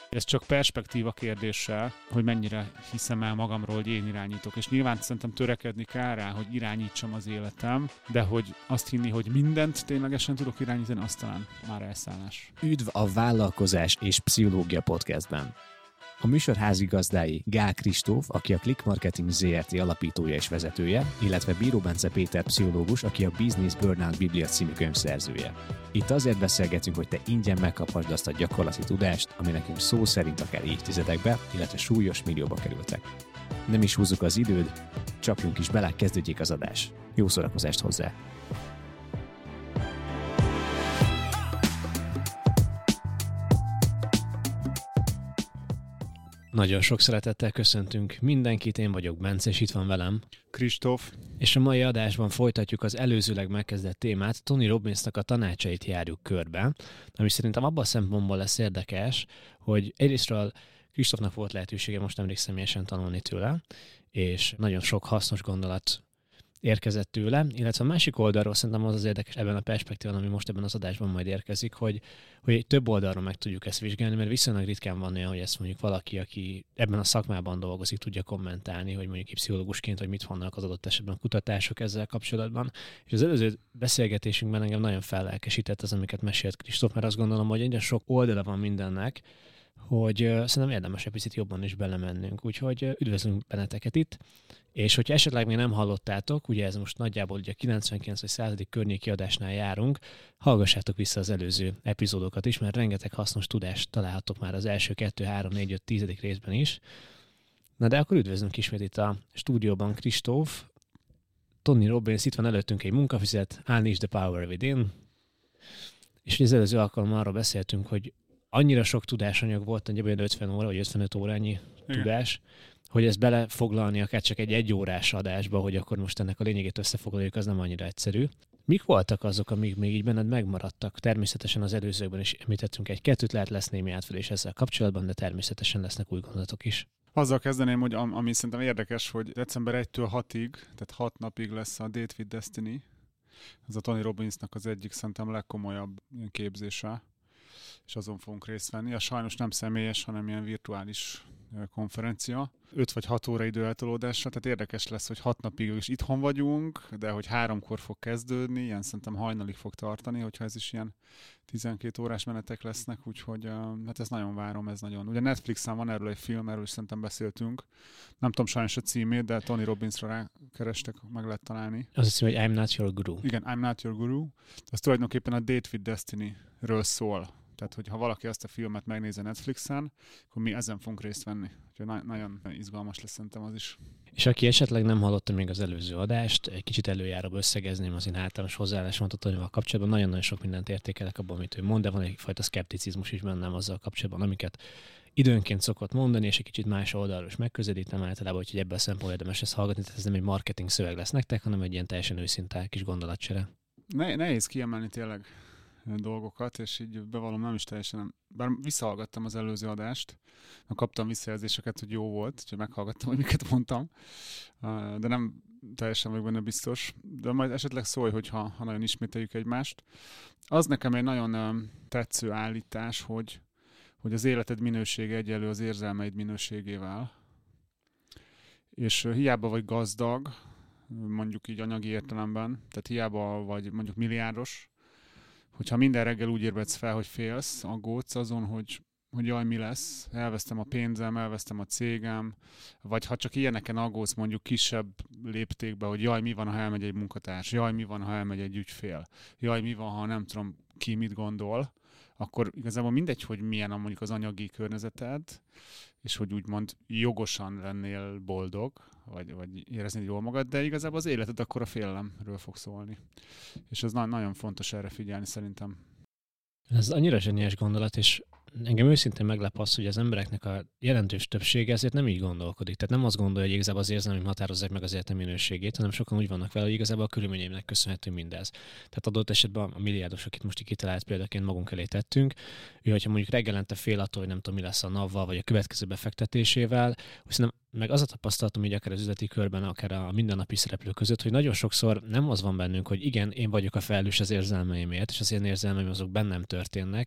Ez csak perspektíva kérdése, hogy mennyire hiszem el magamról, hogy én irányítok. És nyilván szerintem törekedni kell rá, hogy irányítsam az életem, de hogy azt hinni, hogy mindent ténylegesen tudok irányítani, az talán már elszállás. Üdv a Vállalkozás és Pszichológia Podcastben. A műsor házigazdái Gál Kristóf, aki a Click Marketing Zrt. Alapítója és vezetője, illetve Bíró Bence Péter pszichológus, aki a Business Burnout Biblia című könyv szerzője. Itt azért beszélgetünk, hogy te ingyen megkaphasd azt a gyakorlati tudást, ami nekünk szó szerint akár évtizedekbe, illetve súlyos millióba kerültek. Nem is húzzuk az időd, csapjunk is bele, kezdődjék az adás. Jó szórakozást hozzá! Nagyon sok szeretettel köszöntünk mindenkit, én vagyok Bence, és itt van velem Kristóf. És a mai adásban folytatjuk az előzőleg megkezdett témát, Tony Robbinsnak a tanácsait járjuk körbe, ami szerintem abban a szempontból lesz érdekes, hogy egyrésztről Kristófnak volt lehetősége most nemrég személyesen tanulni tőle, és nagyon sok hasznos gondolat érkezett tőle, illetve a másik oldalról szerintem az érdekes ebben a perspektívában, ami most ebben az adásban majd érkezik, hogy egy több oldalról meg tudjuk ezt vizsgálni, mert viszonylag ritkán van olyan, hogy ezt mondjuk valaki, aki ebben a szakmában dolgozik, tudja kommentálni, hogy mondjuk pszichológusként, hogy mit vannak az adott esetben a kutatások ezzel kapcsolatban. És az előző beszélgetésünkben engem nagyon fellelkesített az, amiket mesélt Kristóf, mert azt gondolom, hogy egyre sok oldala van mindennek, hogy szerintem érdemes egy picit jobban is belemennünk. Úgyhogy üdvözlünk benneteket itt, és hogyha esetleg még nem hallottátok, ugye ez most nagyjából ugye a 99 vagy 100. környéki adásnál járunk, hallgassátok vissza az előző epizódokat is, mert rengeteg hasznos tudást találhatok már az első 2, 3, 4, 5, 10. részben is. Na de akkor üdvözlünk ismét itt a stúdióban Kristóf. Tony Robbins, itt van előttünk egy munkafüzet, Unleash the Power Within, és az előző alkalommal arról beszéltünk, hogy annyira sok tudásanyag volt, nagyjából 50 óra vagy 55 órányi tudás, hogy ezt belefoglalni akár csak egy egyórás adásba, hogy akkor most ennek a lényegét összefoglaljuk, az nem annyira egyszerű. Mik voltak azok, amik még így benned megmaradtak? Természetesen az előzőkben is említettünk egy-kettőt, lehet lesz némi átfedés ezzel kapcsolatban, de természetesen lesznek új gondolatok is. Azzal kezdeném, hogy ami szerintem érdekes, hogy december 1-től 6-ig, tehát 6 napig lesz a Date with Destiny. Ez a Tony Robbinsnak az egyik szerintem legkomolyabb képzése, és azon fogunk részt venni. A sajnos nem személyes, hanem ilyen virtuális konferencia. 5 vagy 6 óra időeltolódásra, tehát érdekes lesz, hogy 6 napig is itthon vagyunk, de hogy 3-kor fog kezdődni, ilyen szerintem hajnalig fog tartani, hogyha ez is ilyen 12 órás menetek lesznek, úgyhogy hát ezt nagyon várom, ez nagyon. Ugye Netflixen van erről egy film, erről is szerintem beszéltünk. Nem tudom sajnos a címét, de Tony Robbinsra rákerestek, meg lehet találni. Az a cím, hogy I'm Not Your Guru. Igen, I'm Not Your Guru. Az tulajdonképpen a Date with Destiny-ről szól. Tehát, hogyha valaki azt a filmet megnézi Netflixen, akkor mi ezen fogunk részt venni. Úgyhogy nagyon izgalmas lesz szerintem az is. És aki esetleg nem hallotta még az előző adást, egy kicsit előjáróba összegezném az én általános hozzáállásomat a Tonyval kapcsolatban. Nagyon-nagyon sok mindent értékelek abban, amit ő mond, de van egyfajta szkepticizmus is bennem azzal kapcsolatban, amiket időnként szokott mondani, és egy kicsit más oldalról is megközelítem általában, hogy ebben a szempontból érdemes ezt hallgatni, tehát ez nem egy marketing szöveg lesz nektek, hanem egy ilyen teljesen őszinte kis gondolatcsere. Nehéz kiemelni tényleg dolgokat, és így bevallom, nem is teljesen, bár visszahallgattam az előző adást, kaptam visszajelzéseket, hogy jó volt, úgyhogy meghallgattam, hogy miket mondtam, de nem teljesen vagyok benne biztos, de majd esetleg szólj, hogyha nagyon ismételjük egymást. Az nekem egy nagyon tetsző állítás, hogy az életed minősége egyenlő az érzelmeid minőségével, és hiába vagy gazdag, mondjuk így anyagi értelemben, tehát hiába vagy mondjuk milliárdos, hogyha minden reggel úgy ébredsz fel, hogy félsz, aggódsz azon, hogy jaj, mi lesz, elvesztem a pénzem, elvesztem a cégem, vagy ha csak ilyeneken aggódsz mondjuk kisebb léptékbe, hogy jaj, mi van, ha elmegy egy munkatárs, jaj, mi van, ha elmegy egy ügyfél, jaj, mi van, ha nem tudom ki mit gondol, akkor igazából mindegy, hogy milyen mondjuk az anyagi környezeted, és hogy úgymond jogosan lennél boldog, vagy éreznéd jól magad, de igazából az életed akkor a félelemről fog szólni. És ez nagyon fontos erre figyelni szerintem. Ez annyira zseniás gondolat, és engem őszintén meglep az, hogy az embereknek a jelentős többsége ezért nem így gondolkodik. Tehát nem azt gondolja, hogy igazából az érzelmek határozzák meg az életem minőségét, hanem sokan úgy vannak vele, hogy igazából a körülményeimnek köszönhető mindez. Tehát adott esetben a milliárdos, akit most kitalált példaként magunk elé tettünk, ő, hogyha mondjuk reggelente fél attól, hogy nem tudom, mi lesz a NAV-val, vagy a következő befektetésével, hiszen meg az a tapasztalatom, hogy akár az üzleti körben, akár a mindennapi szereplők között, hogy nagyon sokszor nem az van bennünk, hogy igen, én vagyok a felelős az érzelmeimért, és az én érzelmeim azok bennem történnek,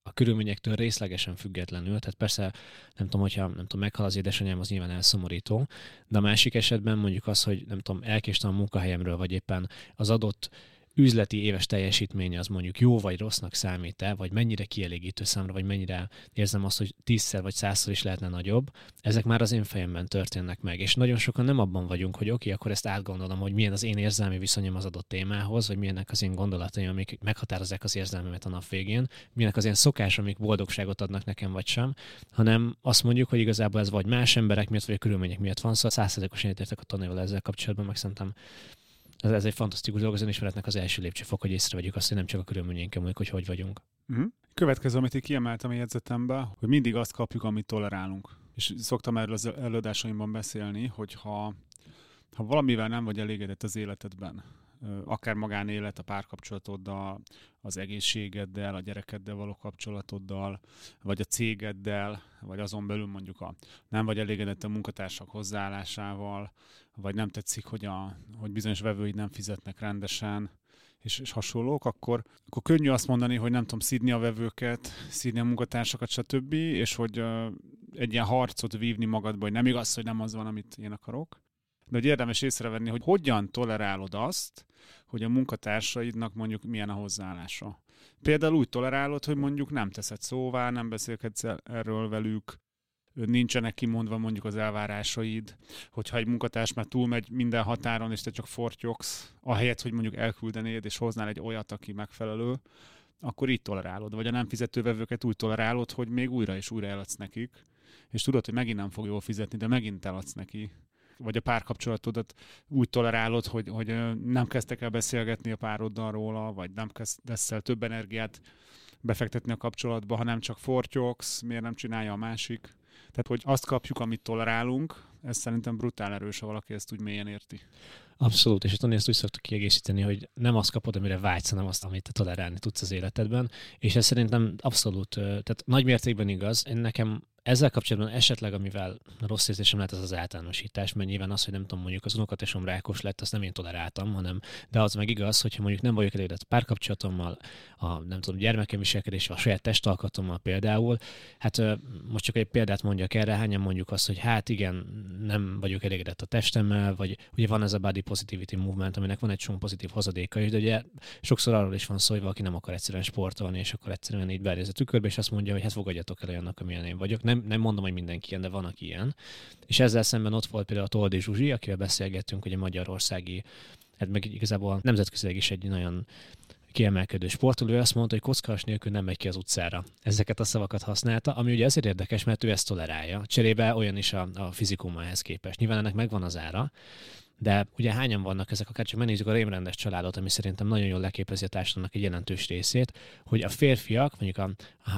a körülményektől részlegesen függetlenül, tehát persze nem tudom, hogyha meghal az édesanyám, az nyilván elszomorító, de a másik esetben mondjuk az, hogy nem tudom, elkéstem a munkahelyemről, vagy éppen az adott üzleti éves teljesítmény az mondjuk jó vagy rossznak számít-e, vagy mennyire kielégítő számra, vagy mennyire érzem azt, hogy 10-szer vagy 100-szor is lehetne nagyobb, ezek már az én fejemben történnek meg. És nagyon sokan nem abban vagyunk, hogy oké, akkor ezt átgondolom, hogy milyen az én érzelmi viszonyom az adott témához, vagy milyenek az én gondolataim, amik meghatározzák az érzelmemet a nap végén, milyenek az én szokás, amik boldogságot adnak nekem, vagy sem, hanem azt mondjuk, hogy igazából ez vagy más emberek miatt, vagy a körülmények miatt van, szóval 100%-osan értek a Tonival ezzel kapcsolatban, meg szerintem ez egy fantasztikus dolog, az önismeretnek az első lépcsőfok, hogy észrevegyük azt, hogy nem csak a körülményeinkkel múlik, hogy vagyunk. Következő, amit én kiemeltem a jegyzetembe, hogy mindig azt kapjuk, amit tolerálunk. És szoktam erről az előadásaimban beszélni, hogy ha valamivel nem vagy elégedett az életedben, akár magánélet, a párkapcsolatoddal, az egészségeddel, a gyerekeddel való kapcsolatoddal, vagy a cégeddel, vagy azon belül mondjuk nem vagy elégedett a munkatársak hozzáállásával, vagy nem tetszik, hogy bizonyos vevőid nem fizetnek rendesen, és hasonlók, akkor könnyű azt mondani, hogy nem tudom, szidni a vevőket, szidni a munkatársakat, stb., és hogy egy ilyen harcot vívni magadba, hogy nem igaz, hogy nem az van, amit én akarok. De hogy érdemes észrevenni, hogy hogyan tolerálod azt, hogy a munkatársaidnak mondjuk milyen a hozzáállása. Például úgy tolerálod, hogy mondjuk nem teszed szóvá, nem beszélkedsz erről velük, nincsenek kimondva mondjuk az elvárásaid, hogyha egy munkatárs már túlmegy minden határon, és te csak fortyogsz, ahelyett, hogy mondjuk elküldenéd, és hoznál egy olyat, aki megfelelő, akkor így tolerálod. Vagy a nem fizető vevőket úgy tolerálod, hogy még újra és újra eladsz nekik, és tudod, hogy megint nem fog jól fizetni, de megint eladsz neki. Vagy a párkapcsolatodat úgy tolerálod, hogy nem kezdtek el beszélgetni a pároddal róla, vagy nem kezdesz el több energiát befektetni a kapcsolatba, hanem csak fortyogsz, miért nem csinálja a másik. Tehát, hogy azt kapjuk, amit tolerálunk, ez szerintem brutál erős, ha valaki ezt úgy mélyen érti. Abszolút, és Toni ezt úgy szoktuk kiegészíteni, hogy nem azt kapod, amire vágysz, hanem azt, amit te tolerálni tudsz az életedben, és ez szerintem abszolút, tehát nagy mértékben igaz. Nekem ezzel kapcsolatban esetleg, amivel rossz érzésem lehet, az általánosítás, mert nyilván az, hogy nem tudom, mondjuk az unokatesom rákos lett, azt nem én toleráltam, de az meg igaz, hogyha mondjuk nem vagyok elégedett párkapcsolatommal, a nem tudom, gyermekem viselkedésével, a saját testalkatommal például, hát most csak egy példát mondjak erre, hányan mondjuk azt, hogy hát igen, nem vagyok elégedett a testemmel, vagy ugye van ez a body positivity movement, aminek van egy csomó pozitív hozadéka is, de ugye sokszor arról is van szó, hogy valaki nem akar egyszerűen sportolni, és akkor egyszerűen így beállít a tükörbe, és azt mondja, hogy hát fogadjatok el olyannak, amilyen én vagyok. Nem mondom, hogy mindenki ilyen, de van, aki ilyen. És ezzel szemben ott volt például a Toldi Zsuzsi, akivel beszélgettünk, ugye magyarországi, hát meg igazából nemzetközileg is egy nagyon kiemelkedő sportoló, ő azt mondta, hogy kockás nélkül nem megy ki az utcára. Ezeket a szavakat használta, ami ugye azért érdekes, mert ő ezt tolerálja. Cserébe olyan is a fizikuma ehhez képest. Nyilván ennek megvan az ára, de ugye hányan vannak ezek, akár csak megnézzük a rémrendes családot, ami szerintem nagyon jól leképezi a társadalomnak egy jelentős részét, hogy a férfiak, mondjuk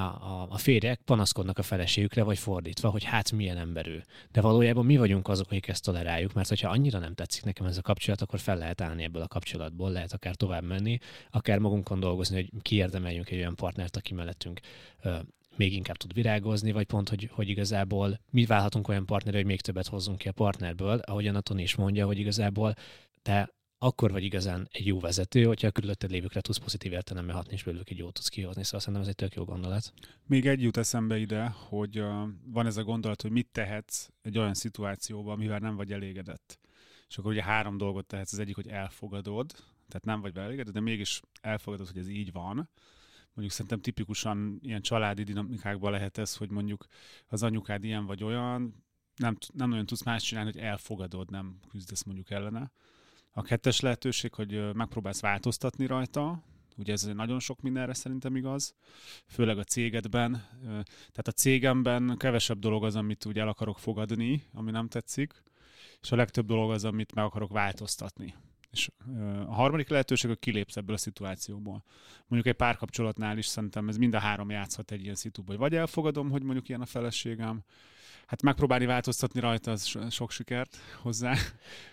a férjek panaszkodnak a feleségükre, vagy fordítva, hogy hát milyen ember ő. De valójában mi vagyunk azok, akik ezt toleráljuk, mert hogyha annyira nem tetszik nekem ez a kapcsolat, akkor fel lehet állni ebből a kapcsolatból, lehet akár tovább menni, akár magunkon dolgozni, hogy kiérdemeljünk egy olyan partnert, aki mellettünk még inkább tud virágozni, vagy pont, hogy igazából mi válhatunk olyan partnerre, hogy még többet hozzunk ki a partnerből, ahogyan a Toni is mondja, hogy igazából te akkor vagy igazán egy jó vezető, hogyha a körülötted lévőkre tudsz pozitív értelemben hatni, és belőlük egy jót tudsz kihozni. Szóval szerintem ez egy tök jó gondolat. Még egy jut eszembe ide, hogy van ez a gondolat, hogy mit tehetsz egy olyan szituációban, amivel nem vagy elégedett. És akkor ugye 3 dolgot tehetsz. Az egyik, hogy elfogadod, tehát nem vagy elégedett, de mégis elfogadod, hogy ez így van. Mondjuk szerintem tipikusan ilyen családi dinamikákban lehet ez, hogy mondjuk az anyukád ilyen vagy olyan, nem nagyon tudsz más csinálni, hogy elfogadod, nem küzdesz mondjuk ellene. A 2. lehetőség, hogy megpróbálsz változtatni rajta, ugye ez nagyon sok mindenre szerintem igaz, főleg a cégedben. Tehát a cégemben kevesebb dolog az, amit úgy el akarok fogadni, ami nem tetszik, és a legtöbb dolog az, amit meg akarok változtatni. És a 3. lehetőség, hogy kilépsz ebből a szituációból. Mondjuk egy párkapcsolatnál is szerintem ez mind a 3 játszhat egy ilyen szituban, vagy elfogadom, hogy mondjuk ilyen a feleségem, hát megpróbálni változtatni rajta, az sok sikert hozzá.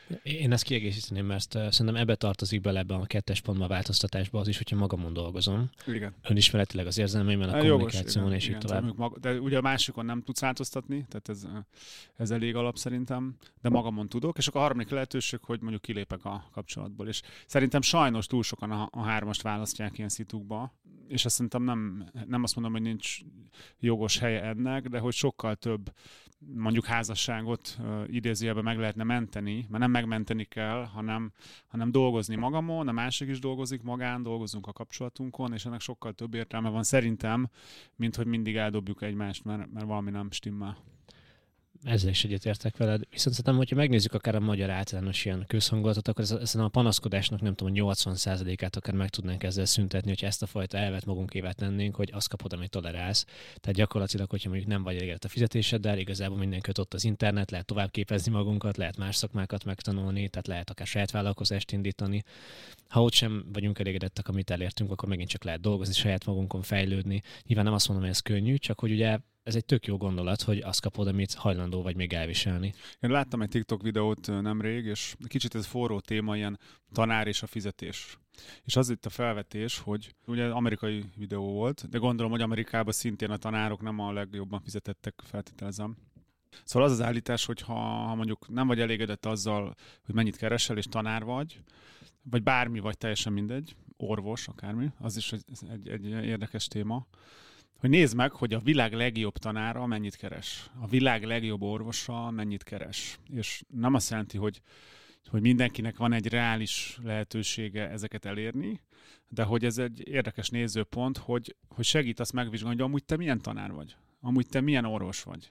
Én ezt kiegészíteném, mert szerintem ebbe tartozik bele ebben a 2. pontban a változtatásba az is, hogyha magamon dolgozom. Igen. Önismeretileg az érzelmeimmel, a kommunikáción, és így tovább. De ugye a másikon nem tudsz változtatni, tehát ez elég alap szerintem, de magamon tudok, és akkor a harmadik lehetőség, hogy mondjuk kilépek a kapcsolatból. És szerintem sajnos túl sokan a 3-ast választják ilyen szitukba, és azt szerintem nem azt mondom, hogy nincs jogos helye ennek, de hogy sokkal több mondjuk házasságot idézőjelben meg lehetne menteni, mert nem megmenteni kell, hanem dolgozni magamon, a másik is dolgozik magán, dolgozunk a kapcsolatunkon, és ennek sokkal több értelme van szerintem, mint hogy mindig eldobjuk egymást, mert valami nem stimmel. Ezzel is egyetértek veled. Viszont szerintem, hogyha megnézzük akár a magyar általános ilyen közhangulatot, akkor szerintem a panaszkodásnak nem tudom, 80%-át akár meg tudnánk ezzel szüntetni, hogyha ezt a fajta elvet magunkévá tennénk, hogy azt kapod, amit tolerálsz. Tehát gyakorlatilag, hogyha mondjuk nem vagy elégedett a fizetéseddel, igazából minden kötött az internet, lehet tovább képezni magunkat, lehet más szakmákat megtanulni, tehát lehet akár saját vállalkozást indítani. Ha ott sem vagyunk elégedettek, amit elértünk, akkor megint csak lehet dolgozni, saját magunkon fejlődni. Nyilván nem azt mondom, hogy ez könnyű, csak hogy ugye ez egy tök jó gondolat, hogy azt kapod, amit hajlandó vagy még elviselni. Én láttam egy TikTok videót nemrég, és kicsit ez forró téma, ilyen tanár és a fizetés. És az itt a felvetés, hogy ugye amerikai videó volt, de gondolom, hogy Amerikában szintén a tanárok nem a legjobban fizetettek, feltételezem. Szóval az az állítás, hogy ha mondjuk nem vagy elégedett azzal, hogy mennyit keresel, és tanár vagy bármi, vagy teljesen mindegy, orvos, akármi, az is egy érdekes téma, hogy nézd meg, hogy a világ legjobb tanára mennyit keres. A világ legjobb orvosa mennyit keres. És nem azt jelenti, hogy mindenkinek van egy reális lehetősége ezeket elérni, de hogy ez egy érdekes nézőpont, hogy segít azt megvizsgálni, hogy amúgy te milyen tanár vagy. Amúgy te milyen orvos vagy.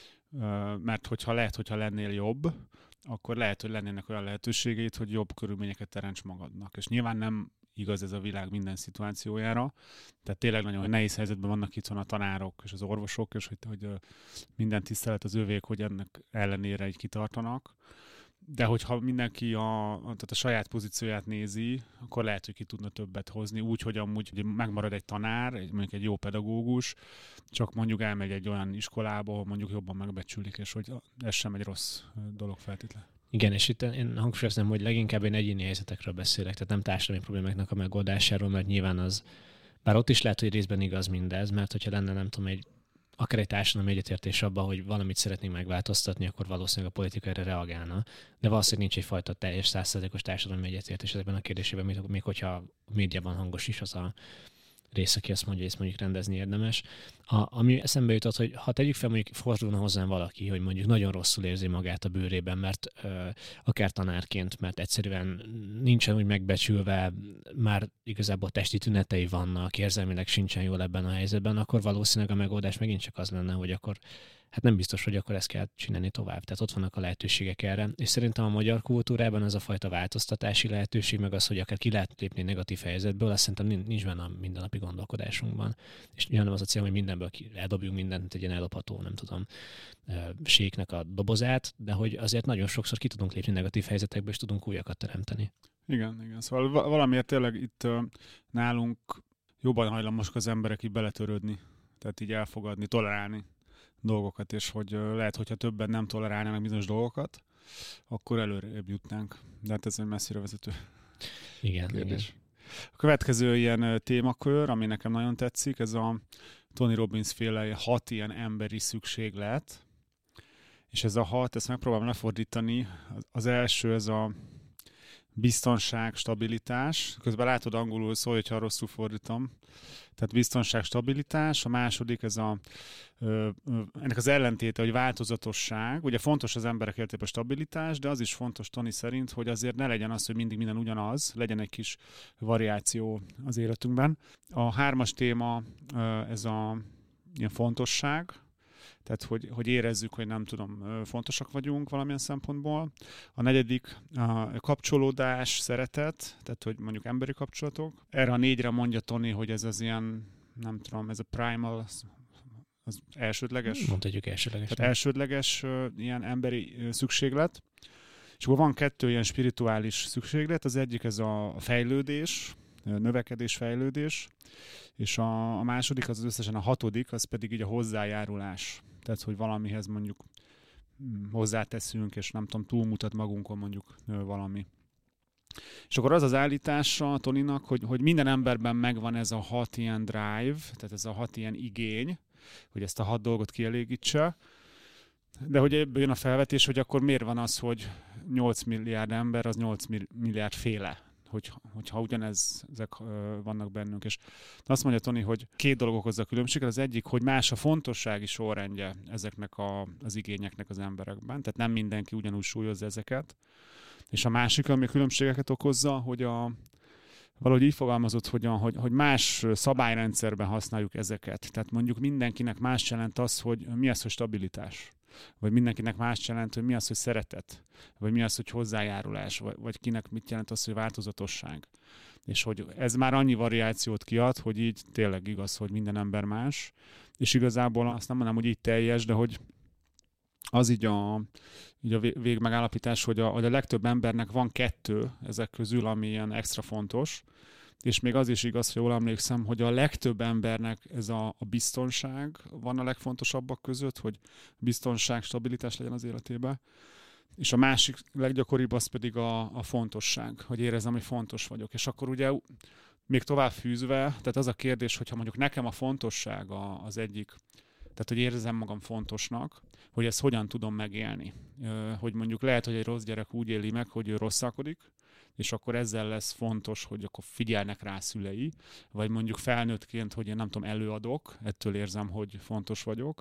Mert hogyha lennél jobb, akkor lehet, hogy lennének olyan lehetőségeit, hogy jobb körülményeket teremts magadnak. És nyilván nem igaz ez a világ minden szituációjára. Tehát tényleg nagyon nehéz helyzetben vannak itt a tanárok és az orvosok, és hogy minden tisztelet az övék, hogy ennek ellenére egy kitartanak. De hogyha mindenki tehát a saját pozícióját nézi, akkor lehet, hogy ki tudna többet hozni, úgy, hogy amúgy megmarad egy tanár, mondjuk egy jó pedagógus, csak mondjuk elmegy egy olyan iskolába, ahol mondjuk jobban megbecsülik, és hogy ez sem egy rossz dolog feltétlenül. Igen, és itt én hangsúlyoznám, hogy leginkább én egyéni helyzetekről beszélek, tehát nem társadalmi problémáknak a megoldásáról, mert nyilván az, bár ott is lehet, hogy részben igaz mindez, mert hogyha lenne, nem tudom, akár egy társadalmi egyetértés abban, hogy valamit szeretnénk megváltoztatni, akkor valószínűleg a politika erre reagálna. De valószínűleg nincs egyfajta teljes 100%-os társadalmi egyetértés ebben a kérdésében, még hogyha a médiában hangos is az a rész, aki azt mondja, hogy ezt mondjuk rendezni érdemes. Ami eszembe jutott, hogy ha tegyük fel, mondjuk fordulna hozzám valaki, hogy mondjuk nagyon rosszul érzi magát a bőrében, mert akár tanárként, mert egyszerűen nincsen úgy megbecsülve, már igazából testi tünetei vannak, érzelmileg sincsen jól ebben a helyzetben, akkor valószínűleg a megoldás megint csak az lenne, hogy akkor hát nem biztos, hogy akkor ezt kell csinálni tovább. Tehát ott vannak a lehetőségek erre. És szerintem a magyar kultúrában ez a fajta változtatási lehetőség, meg az, hogy akár ki lehet lépni negatív helyzetből, azt szerintem nincs benne a mindennapi gondolkodásunkban. És nyilván az a cél, hogy mindenből eldobjunk mindent, egy ilyen ellopható, nem tudom, séknek a dobozát, de hogy azért nagyon sokszor ki tudunk lépni negatív helyzetekből, és tudunk újakat teremteni. Igen. Szóval valamiért tényleg itt nálunk jobban hajlamosak az emberek így beletörődni, tehát így elfogadni, tolerálni dolgokat, és hogy lehet, hogyha többen nem tolerálnának bizonyos dolgokat, akkor előrébb jutnánk. De hát ez egy messzire vezető kérdés. Igen. A következő ilyen témakör, ami nekem nagyon tetszik, ez a Tony Robbins féle 6 ilyen emberi szükséglet, és ez a 6, ezt megpróbálom lefordítani. Az első, ez a biztonság, stabilitás. Közben látod angolul szól, hogyha rosszul fordítom. Tehát biztonság, stabilitás. A második, ez ennek az ellentéte, hogy változatosság. Ugye fontos az emberek életében a stabilitás, de az is fontos Tony szerint, hogy azért ne legyen az, hogy mindig minden ugyanaz, legyen egy kis variáció az életünkben. A 3-as téma, ez a ilyen fontosság. Tehát, hogy érezzük, hogy nem tudom, fontosak vagyunk valamilyen szempontból. A 4. a kapcsolódás, szeretet, tehát, hogy mondjuk emberi kapcsolatok. Erre a 4-re mondja Tony, hogy ez az ilyen, nem tudom, ez a primal, az elsődleges. Mondhatjuk elsődleges. Tehát elsődleges ilyen emberi szükséglet. És akkor van 2 ilyen spirituális szükséglet. Az egyik ez a fejlődés, növekedés, fejlődés. És a második, az összesen a 6., az pedig így a hozzájárulás. Tehát, hogy valamihez mondjuk hozzáteszünk, és nem tudom, túlmutat magunkon mondjuk valami. És akkor az az állítása Toninak, hogy minden emberben megvan ez a 6 ilyen drive, tehát ez a 6 ilyen igény, hogy ezt a 6 dolgot kielégítse, de hogy ebből jön a felvetés, hogy akkor miért van az, hogy 8 milliárd ember, az 8 milliárd féle, hogyha ugyanezek vannak bennünk. És azt mondja Toni, hogy 2 dolog okozza a különbséget. Az egyik, hogy más a fontossági sorrendje ezeknek az igényeknek az emberekben, tehát nem mindenki ugyanúgy súlyozza ezeket. És a másik, ami a különbségeket okozza, hogy valahogy így fogalmazott, hogy más szabályrendszerben használjuk ezeket. Tehát mondjuk mindenkinek más jelent az, hogy mi az, hogy stabilitás. Vagy mindenkinek más jelent, hogy mi az, hogy szeretet. Vagy mi az, hogy hozzájárulás. Vagy kinek mit jelent az, hogy változatosság. És hogy ez már annyi variációt kiad, hogy így tényleg igaz, hogy minden ember más. És igazából azt nem mondom, hogy így teljes, de hogy az így a végmegállapítás, hogy a legtöbb embernek van 2 ezek közül, ami ilyen extra fontos, és még az is igaz, hogy jól emlékszem, hogy a legtöbb embernek ez a biztonság van a legfontosabbak között, hogy biztonság, stabilitás legyen az életében, és a másik leggyakoribb az pedig a fontosság, hogy érezzem, hogy fontos vagyok. És akkor ugye még tovább fűzve, tehát az a kérdés, hogyha mondjuk nekem a fontosság az egyik, tehát hogy érzem magam fontosnak, hogy ezt hogyan tudom megélni. Hogy mondjuk lehet, hogy egy rossz gyerek úgy éli meg, hogy ő rosszalkodik, és akkor ezzel lesz fontos, hogy akkor figyelnek rá szülei, vagy mondjuk felnőttként, hogy én nem tudom, előadok, ettől érzem, hogy fontos vagyok,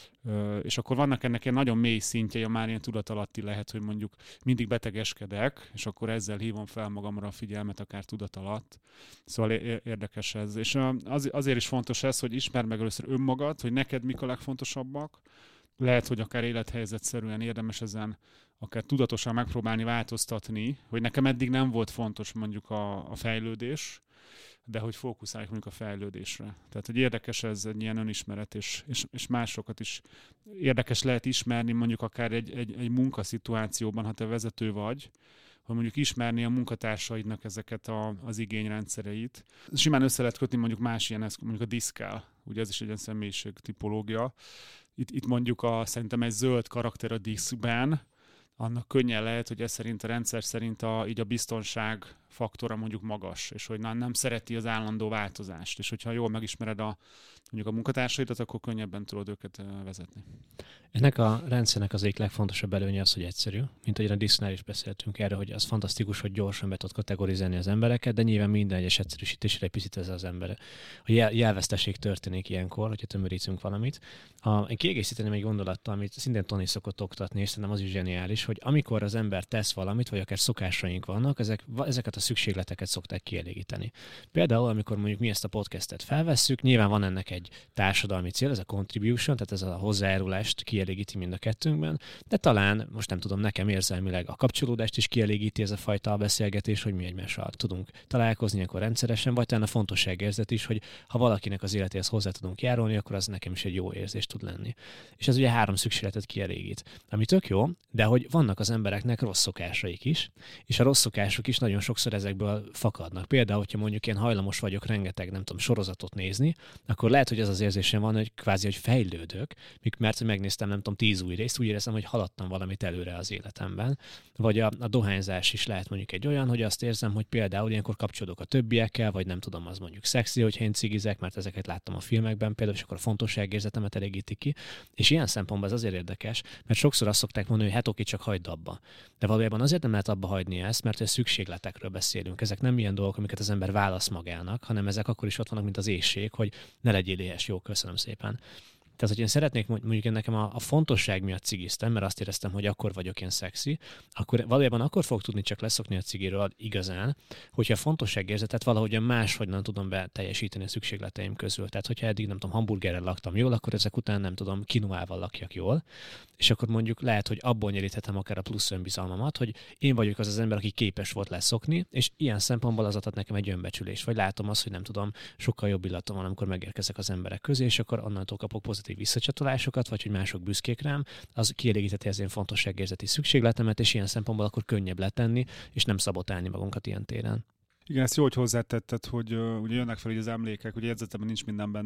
és akkor vannak ennek ilyen nagyon mély szintjei, már ilyen tudatalatti lehet, hogy mondjuk mindig betegeskedek, és akkor ezzel hívom fel magamra a figyelmet, akár tudatalatt. Szóval érdekes ez. És azért is fontos ez, hogy ismerd meg először önmagad, hogy neked mik a legfontosabbak. Lehet, hogy akár élethelyzetszerűen érdemes ezen akár tudatosan megpróbálni változtatni, hogy nekem eddig nem volt fontos mondjuk a fejlődés, de hogy fókuszáljuk mondjuk a fejlődésre. Tehát, hogy érdekes ez egy ilyen önismeret, és másokat is érdekes lehet ismerni mondjuk akár egy munkaszituációban, ha te vezető vagy, hogy mondjuk ismerni a munkatársaidnak ezeket az igényrendszereit. Simán össze lehet kötni mondjuk más ilyen, mondjuk a diszkál, ugye ez is egy ilyen személyiség tipológia. Itt mondjuk szerintem egy zöld karakter a diszkben, annak könnyen lehet, hogy ez szerint a rendszer szerint így a biztonság faktora mondjuk magas, és hogy nem szereti az állandó változást, és hogyha jól megismered mondjuk a munkatársaidat, akkor könnyebben tudod őket vezetni. Ennek a rendszernek az egyik legfontosabb előnye az, hogy egyszerű. Mint ahogyan a Disznál is beszéltünk erről, hogy az fantasztikus, hogy gyorsan be tud kategorizálni az embereket, de nyilván minden egyes egyszerűsítésre egy picit ez az ember. A jelveszteség történik ilyenkor, hogyha tömörítünk valamit. Én kiegészíteném egy gondolattal, amit szintén Toni szokott oktatni, és szerintem az is zseniális, hogy amikor az ember tesz valamit, vagy akár szokásaink vannak, ezeket a szükségleteket szokták kielégíteni. Például, amikor mondjuk mi ezt a podcastet felvesszük, nyilván van ennek egy társadalmi cél, ez a contribution, tehát ez a hozzájárulást kielégíti mind a kettőnkben, de talán, most nem tudom, nekem érzelmileg a kapcsolódást is kielégíti ez a fajta beszélgetés, hogy mi egymással tudunk találkozni, akkor rendszeresen, vagy talán a fontosságérzet is, hogy ha valakinek az életéhez hozzá tudunk járulni, akkor az nekem is egy jó érzés tud lenni. És ez ugye 3 szükségletet kielégít. Ami tök jó, de hogy vannak az embereknek rossz szokásaik is, és a rossz szokások is nagyon sokszor ezekből fakadnak. Például, hogyha mondjuk én hajlamos vagyok rengeteg, nem tudom, sorozatot nézni, akkor lehet, hogy ez az érzésem van, hogy kvázi, hogy fejlődök, mert hogy megnéztem, nem tudom, 10 új részt, úgy éreztem, hogy haladtam valamit előre az életemben. Vagy a dohányzás is lehet mondjuk egy olyan, hogy azt érzem, hogy például ilyenkor kapcsolódok a többiekkel, vagy nem tudom, az mondjuk szexi, hogyha én cigizek, mert ezeket láttam a filmekben, például, és akkor a fontosságérzetemet elégíti ki. És ilyen szempontból ez azért érdekes, mert sokszor azt szokták mondani, hogy hát oké, csak hagyd abba. De valójában azért nem lehet abba hagyni ezt, mert a szükségletekről beszélünk. Ezek nem ilyen dolgok, amiket az ember válasz magának, hanem ezek akkor is ott vannak, mint az éhség, hogy ne legyél éhes. Jó, köszönöm szépen. Tehát, hogy én szeretnék, mondjuk nekem a fontosság miatt cigiztem, mert azt éreztem, hogy akkor vagyok én szexi, akkor valójában akkor fog tudni csak leszokni a cigiről igazán, hogyha a fontosságérzetet valahogyan máshogyan tudom beteljesíteni a szükségleteim közül. Tehát, hogyha eddig nem tudom, hamburgerrel laktam jól, akkor ezek után nem tudom, kinuával lakjak jól, és akkor mondjuk lehet, hogy abból nyeríthetem akár a plusz önbizalmamat, hogy én vagyok az az ember, aki képes volt leszokni, és ilyen szempontból az ad nekem egy önbecsülés. Vagy látom azt, hogy nem tudom, sokkal jobb illatom van, amikor megérkezek az emberek közé, és akkor onnantól kapok pozitív visszacsatolásokat, vagy hogy mások büszkék rám, az kielégítheti az én fontosságérzeti szükségletemet, és ilyen szempontból akkor könnyebb letenni, és nem szabotálni magunkat ilyen téren. Igen, ezt jó, hogy hozzátetted, hogy ugye jönnek fel így az emlékek, ugye jegyzetemben nincs minden benne,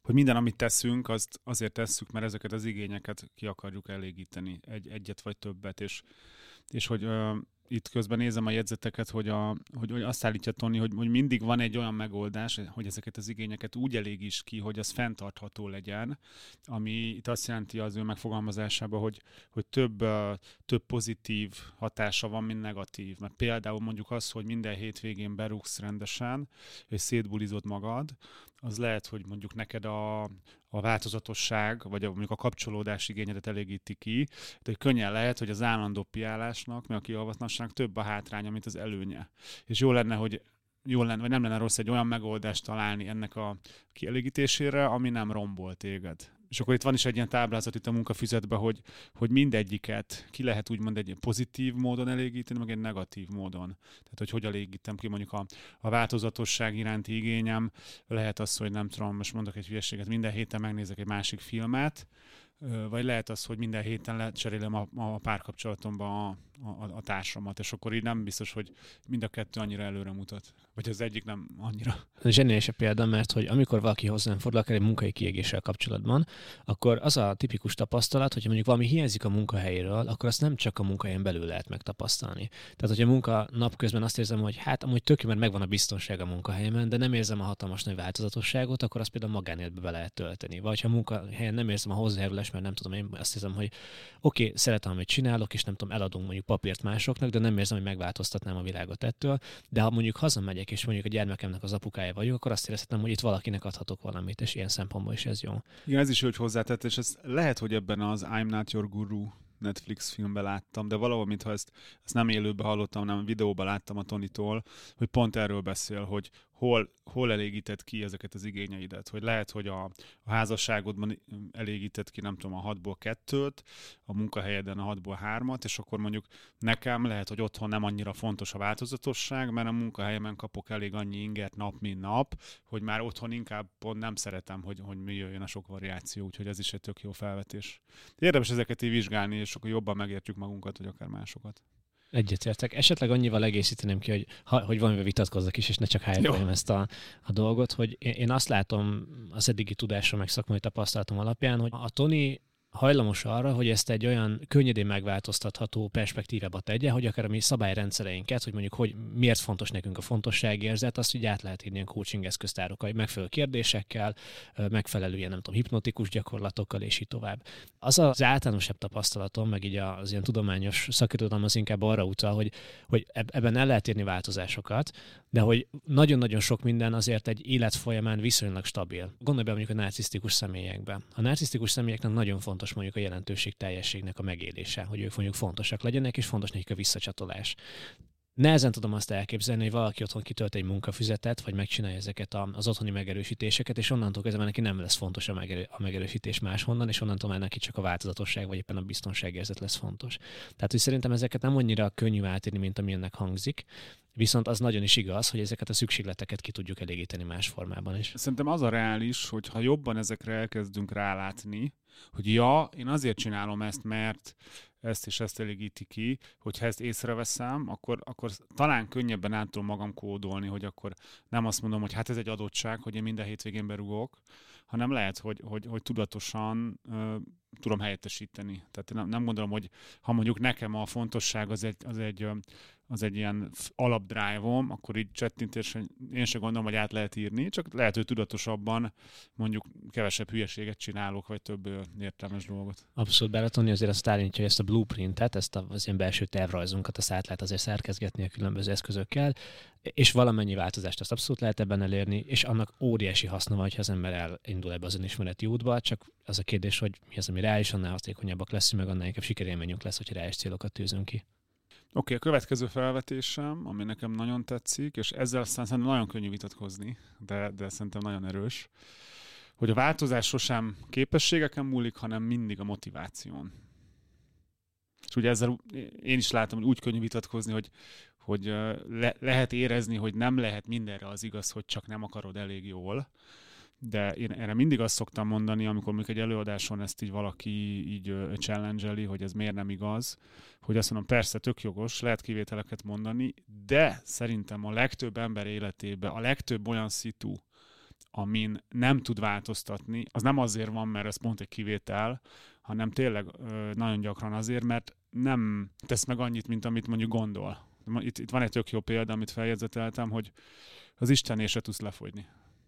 minden, amit teszünk, azt azért tesszük, mert ezeket az igényeket ki akarjuk elégíteni, egyet vagy többet, és hogy itt közben nézem a jegyzeteket, hogy azt állítja Tony, hogy mindig van egy olyan megoldás, hogy ezeket az igényeket úgy elégíts ki, hogy az fenntartható legyen, ami itt azt jelenti az ő megfogalmazásában, hogy több pozitív hatása van, mint negatív. Mert például mondjuk az, hogy minden hétvégén berúgsz rendesen, és szétbulizod magad, az lehet, hogy mondjuk neked a változatosság, vagy mondjuk a kapcsolódás igényedet elégíti ki, de hogy könnyen lehet, hogy az állandó piálásnak, meg a kialvatlanságnak több a hátránya, mint az előnye. És jó lenne, vagy nem lenne rossz egy olyan megoldást találni ennek a kielégítésére, ami nem rombol téged. És akkor itt van is egy ilyen táblázat itt a munkafüzetben, hogy mindegyiket ki lehet úgymond egy pozitív módon elégíteni, meg egy negatív módon. Tehát, hogy elégítem ki mondjuk a változatosság iránti igényem. Lehet az, hogy nem tudom, most mondok egy hülyeséget, minden héten megnézek egy másik filmet, vagy lehet az, hogy minden héten lecserélem a párkapcsolatomban a társamat, és akkor így nem biztos, hogy mind a kettő annyira előre mutat. Vagy az egyik nem annyira. Ez zseniális a példa, mert hogy amikor valaki hozzám fordul, akár egy munkai kiégéssel kapcsolatban, akkor az a tipikus tapasztalat, hogyha mondjuk valami hiányzik a munkahelyéről, akkor azt nem csak a munkahelyen belül lehet megtapasztalni. Tehát, hogyha munka napközben azt érzem, hogy hát amúgy tök jó, mert megvan a biztonság a munkahelyemen, de nem érzem a hatalmas nagy változatosságot, akkor azt például magánéletbe be lehet tölteni. Vagy ha a munkahelyen nem érzem a hozzájárulást, mert nem tudom, én azt érzem, hogy oké, szeretem, amit csinálok, és nem tudom, eladunk mondjuk papírt másoknak, de nem érzem, hogy megváltoztatnám a világot ettől. De ha mondjuk hazamegyek, és mondjuk a gyermekemnek az apukája vagyok, akkor azt érezhetem, hogy itt valakinek adhatok valamit, és ilyen szempontból is ez jó. Igen, ez is jó, hogy hozzátett, és ez lehet, hogy ebben az I'm Not Your Guru Netflix filmben láttam, de valahol, mintha ezt nem élőben hallottam, hanem videóban láttam a Tonitól, hogy pont erről beszél, hogy hol elégíted ki ezeket az igényeidet. Hogy lehet, hogy a házasságodban elégíted ki, nem tudom, a 6-ból 2-t, a munkahelyeden a 6-ból 3-at, és akkor mondjuk nekem lehet, hogy otthon nem annyira fontos a változatosság, mert a munkahelyemen kapok elég annyi inget nap, mint nap, hogy már otthon inkább pont nem szeretem, hogy mi jöjjön a sok variáció, úgyhogy ez is egy tök jó felvetés. Érdemes ezeket így vizsgálni, és akkor jobban megértjük magunkat, vagy akár másokat. Egyetértek. Esetleg annyival egészíteném ki, hogy valamivel vitatkozzak is, és ne csak hype-oljam ezt a dolgot, hogy én azt látom az eddigi tudásra, meg szakmai tapasztalatom alapján, hogy a Tony hajlamos arra, hogy ezt egy olyan könnyedén megváltoztatható perspektívába tegye, hogy akár a mi szabályrendszereinket, hogy mondjuk hogy miért fontos nekünk a fontosságérzet, azt így át lehet írni ilyen coaching eszköztárokkal, megfelelő kérdésekkel, megfelelő ilyen, nem tudom, hipnotikus gyakorlatokkal, és így tovább. Az általánosabb tapasztalatom, meg így az ilyen tudományos szakirodalom az inkább arra utal, hogy ebben el lehet érni változásokat, de hogy nagyon-nagyon sok minden azért egy élet folyamán viszonylag stabil. Gondolj be mondjuk a narcisztikus személyekbe. A narcisztikus személyeknek nagyon fontos mondjuk a jelentőség teljességnek a megélése, hogy ők mondjuk fontosak legyenek, és fontos nekik a visszacsatolás. Nehezen tudom azt elképzelni, hogy valaki otthon kitölt egy munkafüzetet, vagy megcsinálja ezeket az otthoni megerősítéseket, és onnantól kezdve neki nem lesz fontos a megerősítés máshonnan, és onnantól már neki csak a változatosság, vagy éppen a biztonságérzet lesz fontos. Tehát, hogy szerintem ezeket nem annyira könnyű átírni, mint amilyennek hangzik, viszont az nagyon is igaz, hogy ezeket a szükségleteket ki tudjuk elégíteni más formában is. Szerintem az a reális, hogy ha jobban ezekre elkezdünk rálátni, hogy én azért csinálom ezt, mert ezt és ezt elégíti ki, hogyha ezt észreveszem, akkor talán könnyebben át tudom magam kódolni, hogy akkor nem azt mondom, hogy hát ez egy adottság, hogy én minden hétvégén berugok, hanem lehet, hogy tudatosan tudom helyettesíteni. Tehát nem gondolom, hogy ha mondjuk nekem a fontosság az egy ilyen alapdrive-om, akkor így csettintésre én sem gondolom, hogy át lehet írni, csak lehet, hogy tudatosabban mondjuk kevesebb hülyeséget csinálok, vagy több értelmes dolgot. Abszolút, bár a Tony azért azt állítja, hogy ezt a blueprintet, az ilyen belső tervrajzunkat, azt át lehet azért szerkezgetni a különböző eszközökkel, és valamennyi változást azt abszolút lehet ebben elérni, és annak óriási haszna van, hogyha az ember elindul ebbe az önismereti útba, csak az a kérdés, hogy mi az, ami reális, annál hatékonyabbak leszünk, meg annál inkább sikerélményünk lesz, hogy reális célokat tűzünk ki. Oké, a következő felvetésem, ami nekem nagyon tetszik, és ezzel aztán szerintem nagyon könnyű vitatkozni, de szerintem nagyon erős, hogy a változás sosem képességeken múlik, hanem mindig a motiváción. És ugye ezzel én is látom, hogy úgy könnyű vitatkozni, hogy lehet érezni, hogy nem lehet mindenre az igaz, hogy csak nem akarod elég jól, de én erre mindig azt szoktam mondani, amikor mondjuk egy előadáson ezt így valaki így challenge-eli, hogy ez miért nem igaz, hogy azt mondom, persze, tök jogos, lehet kivételeket mondani, de szerintem a legtöbb ember életében, a legtöbb olyan szitu, amin nem tud változtatni, az nem azért van, mert ez pont egy kivétel, hanem tényleg nagyon gyakran azért, mert nem tesz meg annyit, mint amit mondjuk gondol. Itt van egy tök jó példa, amit feljegyzeteltem, hogy az Istennél se tudsz lefogyni.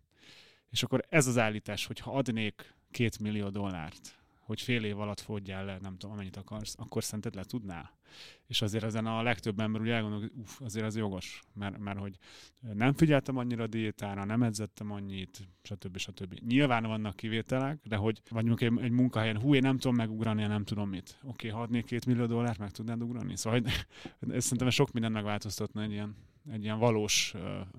És akkor ez az állítás, hogy ha adnék $2 millió, hogy fél év alatt fogyjál le, nem tudom, amennyit akarsz, akkor szerinted le tudnál? És azért ezen a legtöbb ember úgy elgondol, hogy azért az jogos, mert hogy nem figyeltem annyira a diétára, nem edzettem annyit, stb. Nyilván vannak kivételek, de hogy vagy egy munkahelyen, én nem tudom megugrani, nem tudom mit. Oké, ha adnék $2 millió, meg tudnád ugrani? Szóval ez szerintem sok minden megváltoztatna egy ilyen valós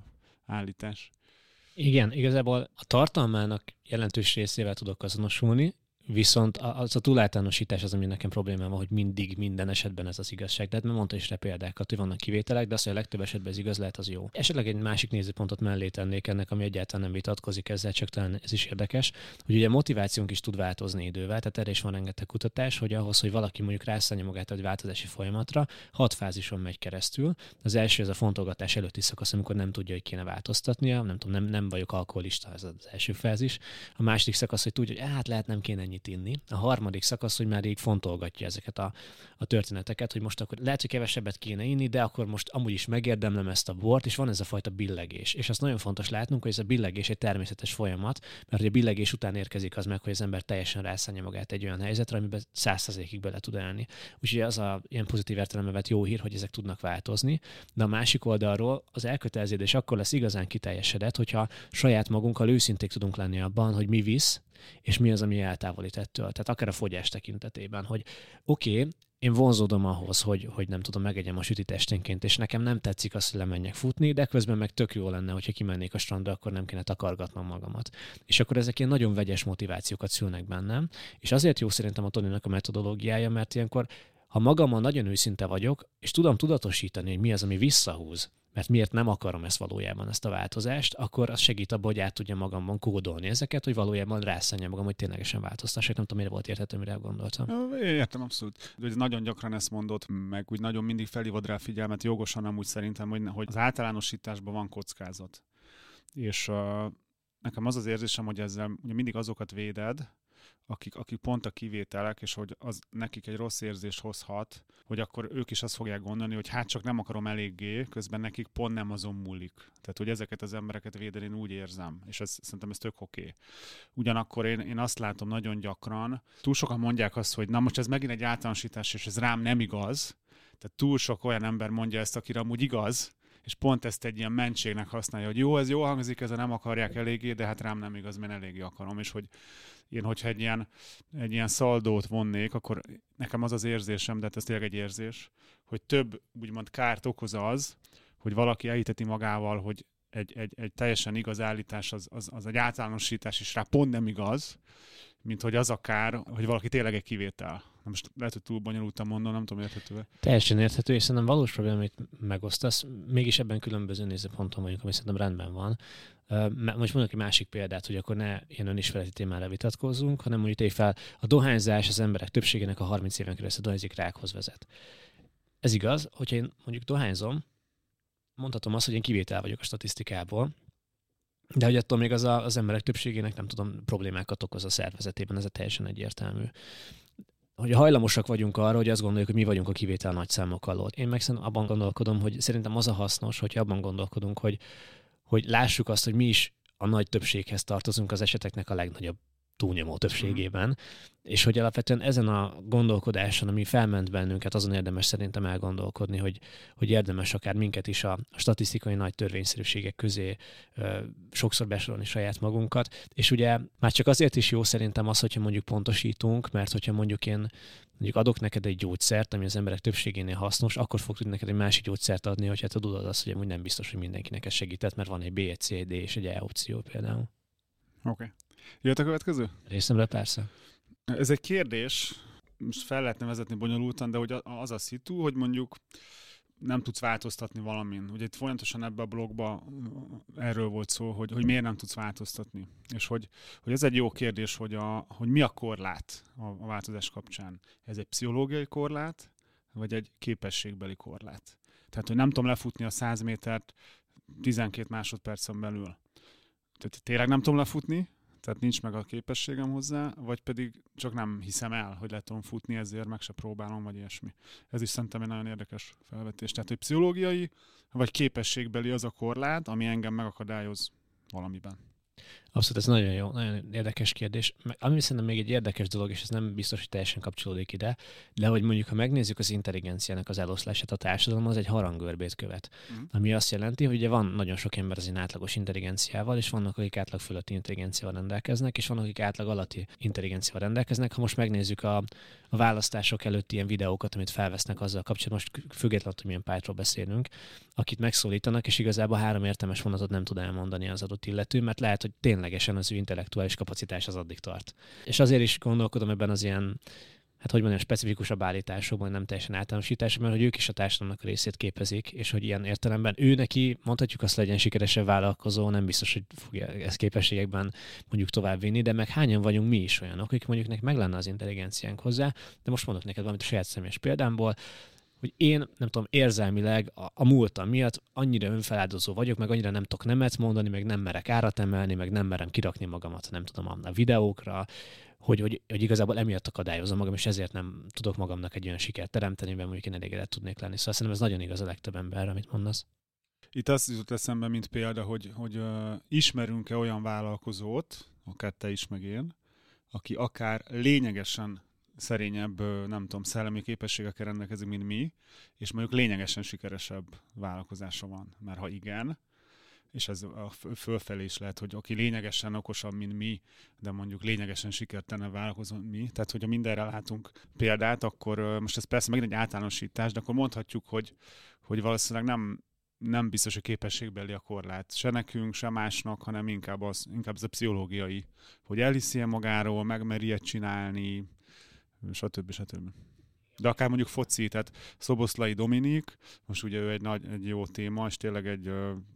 állítás. Igen, igazából a tartalmának jelentős részével tudok azonosulni, viszont az a túláltalánosítás az, ami nekem problémám van, hogy mindig, minden esetben ez az igazság. De hát mondta is rá példákat, hogy vannak kivételek, de az, hogy a legtöbb esetben ez igaz lehet, az jó. Esetleg egy másik nézőpontot mellé tennék ennek, ami egyáltalán nem vitatkozik ezzel, csak talán ez is érdekes, hogy ugye a motivációnk is tud változni idővel, tehát erre is van rengeteg kutatás, hogy ahhoz, hogy valaki mondjuk rászállja magát egy változási folyamatra, 6 fázison megy keresztül. Az első ez a fontolgatás előtti szakasz, amikor nem tudja, hogy kéne változtatnia, nem vagyok alkoholista, ez az első fázis. A második szakasz, hogy tudja, hogy hát lehet nem kéne ennyit inni. A harmadik szakasz, hogy már így fontolgatja ezeket a történeteket, hogy most akkor lehet, hogy kevesebbet kéne inni, de akkor most amúgy is megérdemlem ezt a bort, és van ez a fajta billegés. És azt nagyon fontos látnunk, hogy ez a billegés egy természetes folyamat, mert a billegés után érkezik az meg, hogy az ember teljesen rászánja magát egy olyan helyzetre, amiben 100%-ig bele tud állni. Úgyhogy az a ilyen pozitív értelemben vett jó hír, hogy ezek tudnak változni, de a másik oldalról az elköteleződés akkor lesz igazán kiteljesedett, hogyha saját magunkkal őszinték tudunk lenni abban, hogy mi visz, és mi az, ami eltávolít ettől. Tehát akár a fogyás tekintetében, hogy oké, én vonzódom ahhoz, hogy nem tudom, megegyem a sütit esténként, és nekem nem tetszik az, hogy lemenjek futni, de közben meg tök jó lenne, hogyha kimennék a strandra, akkor nem kéne takargatnom magamat. És akkor ezek ilyen nagyon vegyes motivációkat szülnek bennem, és azért jó szerintem a Toninak a metodológiája, mert ilyenkor, ha magammal nagyon őszinte vagyok, és tudom tudatosítani, hogy mi az, ami visszahúz, mert miért nem akarom ezt valójában, ezt a változást, akkor az segít abban, hogy át tudja magamban kódolni ezeket, hogy valójában rászánja magam, hogy ténylegesen változtassak. Nem tudom, mire volt érthető, mire gondoltam. Értem, abszolút. De nagyon gyakran ezt mondod, meg úgy nagyon mindig felhívod rá figyelmet, jogosan amúgy szerintem, hogy az általánosításban van kockázat. És nekem az az érzésem, hogy ezzel ugye mindig azokat véded, akik pont a kivételek, és hogy az nekik egy rossz érzést hozhat, hogy akkor ők is azt fogják gondolni, hogy hát csak nem akarom eléggé, közben nekik pont nem azon múlik. Tehát, hogy ezeket az embereket védeni én úgy érzem, és szerintem ez tök oké. Ugyanakkor én azt látom nagyon gyakran, túl sokan mondják azt, hogy na most ez megint egy általánosítás, és ez rám nem igaz. Tehát túl sok olyan ember mondja ezt, akire amúgy igaz, és pont ezt egy ilyen mentségnek használja, hogy jó, ez jó hangzik, ez nem akarják eléggé, de hát rám nem igaz, mert eléggé akarom, és hogy én, hogyha egy ilyen szaldót vonnék, akkor nekem az az érzésem, de hát ez tényleg egy érzés, hogy több úgymond kárt okoz az, hogy valaki elhiteti magával, hogy egy teljesen igaz állítás, az egy általánosítás, és rá pont nem igaz, mint hogy az akár, hogy valaki tényleg egy kivétel. Most lehet, hogy túl bonyolultan mondom, nem tudom, érthető. Teljesen érthető, és szerintem valós probléma, amit megosztasz, mégis ebben különböző nézőponton vagyunk, ami szerintem rendben van. Most mondok egy másik példát, hogy akkor ne ilyen önismereti témára vitatkozzunk, hanem mondjuk tegyük fel, a dohányzás az emberek többségének a 30 éven keresztül dohányzik rákhoz vezet. Ez igaz, hogyha én mondjuk dohányzom, mondhatom azt, hogy én kivétel vagyok a statisztikából, de hogy attól még az emberek többségének, nem tudom, problémákat okoz a szervezetében, ez teljesen egyértelmű. Hogy hajlamosak vagyunk arra, hogy azt gondoljuk, hogy mi vagyunk a kivétel nagy számok alól. Én meg abban gondolkodom, hogy szerintem az a hasznos, hogyha abban gondolkodunk, hogy lássuk azt, hogy mi is a nagy többséghez tartozunk az eseteknek a legnagyobb túlnyomó többségében, és hogy alapvetően ezen a gondolkodáson, ami felment bennünket, azon érdemes szerintem elgondolkodni, hogy érdemes akár minket is a statisztikai nagy törvényszerűségek közé sokszor besorolni saját magunkat, és ugye már csak azért is jó szerintem az, hogyha mondjuk pontosítunk, mert hogyha mondjuk én adok neked egy gyógyszert, ami az emberek többségénél hasznos, akkor fog tudni neked egy másik gyógyszert adni, hogyha te tudod azt, hogy amúgy nem biztos, hogy mindenkinek ez segített, mert van egy B, egy C, D és egy E opció például. Oké. Jöhet a következő? Részemre persze. Ez egy kérdés, most fel lehetne vezetni bonyolultan, de hogy az a szitu, hogy mondjuk nem tudsz változtatni valamin. Ugye itt folyamatosan ebben a blogban erről volt szó, hogy miért nem tudsz változtatni. És hogy ez egy jó kérdés, hogy mi a korlát a változás kapcsán. Ez egy pszichológiai korlát, vagy egy képességbeli korlát. Tehát, hogy nem tudom lefutni a 100 métert 12 másodpercen belül. tehát tényleg nem tudom lefutni, tehát nincs meg a képességem hozzá, vagy pedig csak nem hiszem el, hogy le tudom futni, ezért meg se próbálom, vagy ilyesmi. Ez is szerintem egy nagyon érdekes felvetés. Tehát, hogy pszichológiai, vagy képességbeli az a korlát, ami engem megakadályoz valamiben. Abszolút, ez nagyon jó, nagyon érdekes kérdés. Ami szerintem még egy érdekes dolog, és ez nem biztos, hogy teljesen kapcsolódik ide, de hogy mondjuk, ha megnézzük az intelligenciának az eloszlását a társadalom, az egy harangörbét követ. Ami azt jelenti, hogy ugye van nagyon sok ember az átlagos intelligenciával, és vannak, akik átlag fölötti intelligenciával rendelkeznek, és vannak, akik átlag alatti intelligenciával rendelkeznek. Ha most megnézzük a választások előtt ilyen videókat, amit felvesznek azzal kapcsolatban, most függetlenül, hogy milyen pártról beszélünk, akit megszólítanak, és igazából 3 értelmes vonatot nem tud elmondani az adott illető, mert lehet, hogy ténylegesen az ő intellektuális kapacitás az addig tart. És azért is gondolkodom ebben az ilyen, hát hogy mondjam, specifikusabb állításokban, nem teljesen általánosításban, mert hogy ők is a társadalomnak a részét képezik, és hogy ilyen értelemben ő neki, mondhatjuk azt, legyen sikeresebb vállalkozó, nem biztos, hogy fogja ezt képességekben mondjuk továbbvinni, de meg hányan vagyunk mi is olyanok, akik mondjuk nekik meg lenne az intelligenciánk hozzá, de most mondok neked valamit a saját személyes példámból, hogy én, nem tudom, érzelmileg a múltam miatt annyira önfeláldozó vagyok, meg annyira nem tudok nemet mondani, meg nem merek árat emelni, meg nem merem kirakni magamat, nem tudom, a videókra, hogy igazából emiatt akadályozom magam, és ezért nem tudok magamnak egy olyan sikert teremteni, mert mondjuk én elégedett tudnék lenni. Szóval szerintem ez nagyon igaz a legtöbb emberre, amit mondasz. Itt azt jutott eszembe, mint példa, hogy ismerünk-e olyan vállalkozót, akár te is, meg én, aki akár lényegesen szerényebb, nem tudom, szellemi képességekkel rendelkezik, mint mi, és mondjuk lényegesen sikeresebb vállalkozása van. Mert ha igen, és ez a fölfelé is lehet, hogy aki lényegesen okosabb, mint mi, de mondjuk lényegesen sikertelenebb vállalkozó, mint mi. Tehát, hogyha mindenre látunk példát, akkor most ez persze megint egy általánosítás, de akkor mondhatjuk, hogy valószínűleg nem biztos, hogy képességbeli a korlát. Se nekünk, se másnak, hanem inkább ez a pszichológiai, hogy elhiszi magáról, megmeri ilyet csinálni, stb. De akár mondjuk foci, tehát Szoboszlai Dominik, most ugye ő egy jó téma, és tényleg egy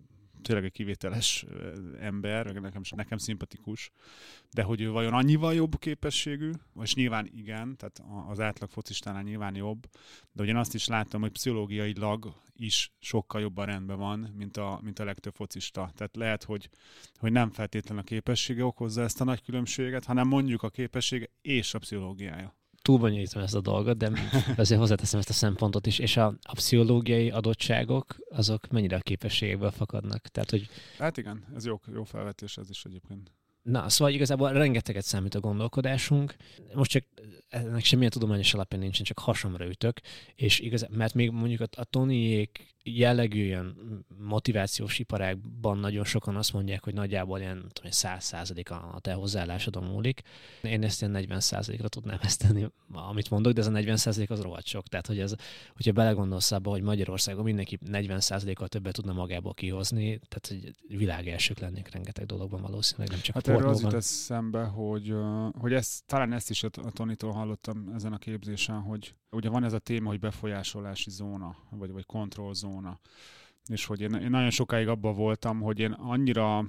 kivételes ember, nekem szimpatikus, de hogy ő vajon annyival jobb képességű, és nyilván igen, tehát az átlag focistánál nyilván jobb, de ugye én azt is láttam, hogy pszichológiailag is sokkal jobban rendben van, mint a legtöbb focista. Tehát lehet, hogy nem feltétlenül a képessége okozza ezt a nagy különbséget, hanem mondjuk a képessége és a pszichológiája. Túlbonyolítom ezt a dolgot, de azért hozzáteszem ezt a szempontot is, és a pszichológiai adottságok, azok mennyire a képességekből fakadnak? Tehát, hogy... Hát igen, ez jó felvetés, ez is egyébként. Na, szóval igazából rengeteget számít a gondolkodásunk. Most csak ennek semmilyen tudományos alapja nincsen, csak hasamra ütök, és mert még mondjuk a Tonyék jellegű ilyen motivációs iparágban nagyon sokan azt mondják, hogy nagyjából ilyen 100% a te hozzáállásodon múlik. Én ezt ilyen 40%-ra tudnám ezt tenni, amit mondok, de ez a 40% az rohadt sok. Tehát, hogyha belegondolsz abba, hogy Magyarországon mindenki 40%-kal többet tudna magából kihozni, tehát hogy világ elsők lennék rengeteg dologban valószínűleg, nem csak hát erről az jut eszembe, hogy talán ezt is a Tonitól hallottam ezen a képzésen, hogy ugye van ez a téma, hogy befolyásolási zóna, vagy kontrollzóna. És hogy én nagyon sokáig abban voltam, hogy én annyira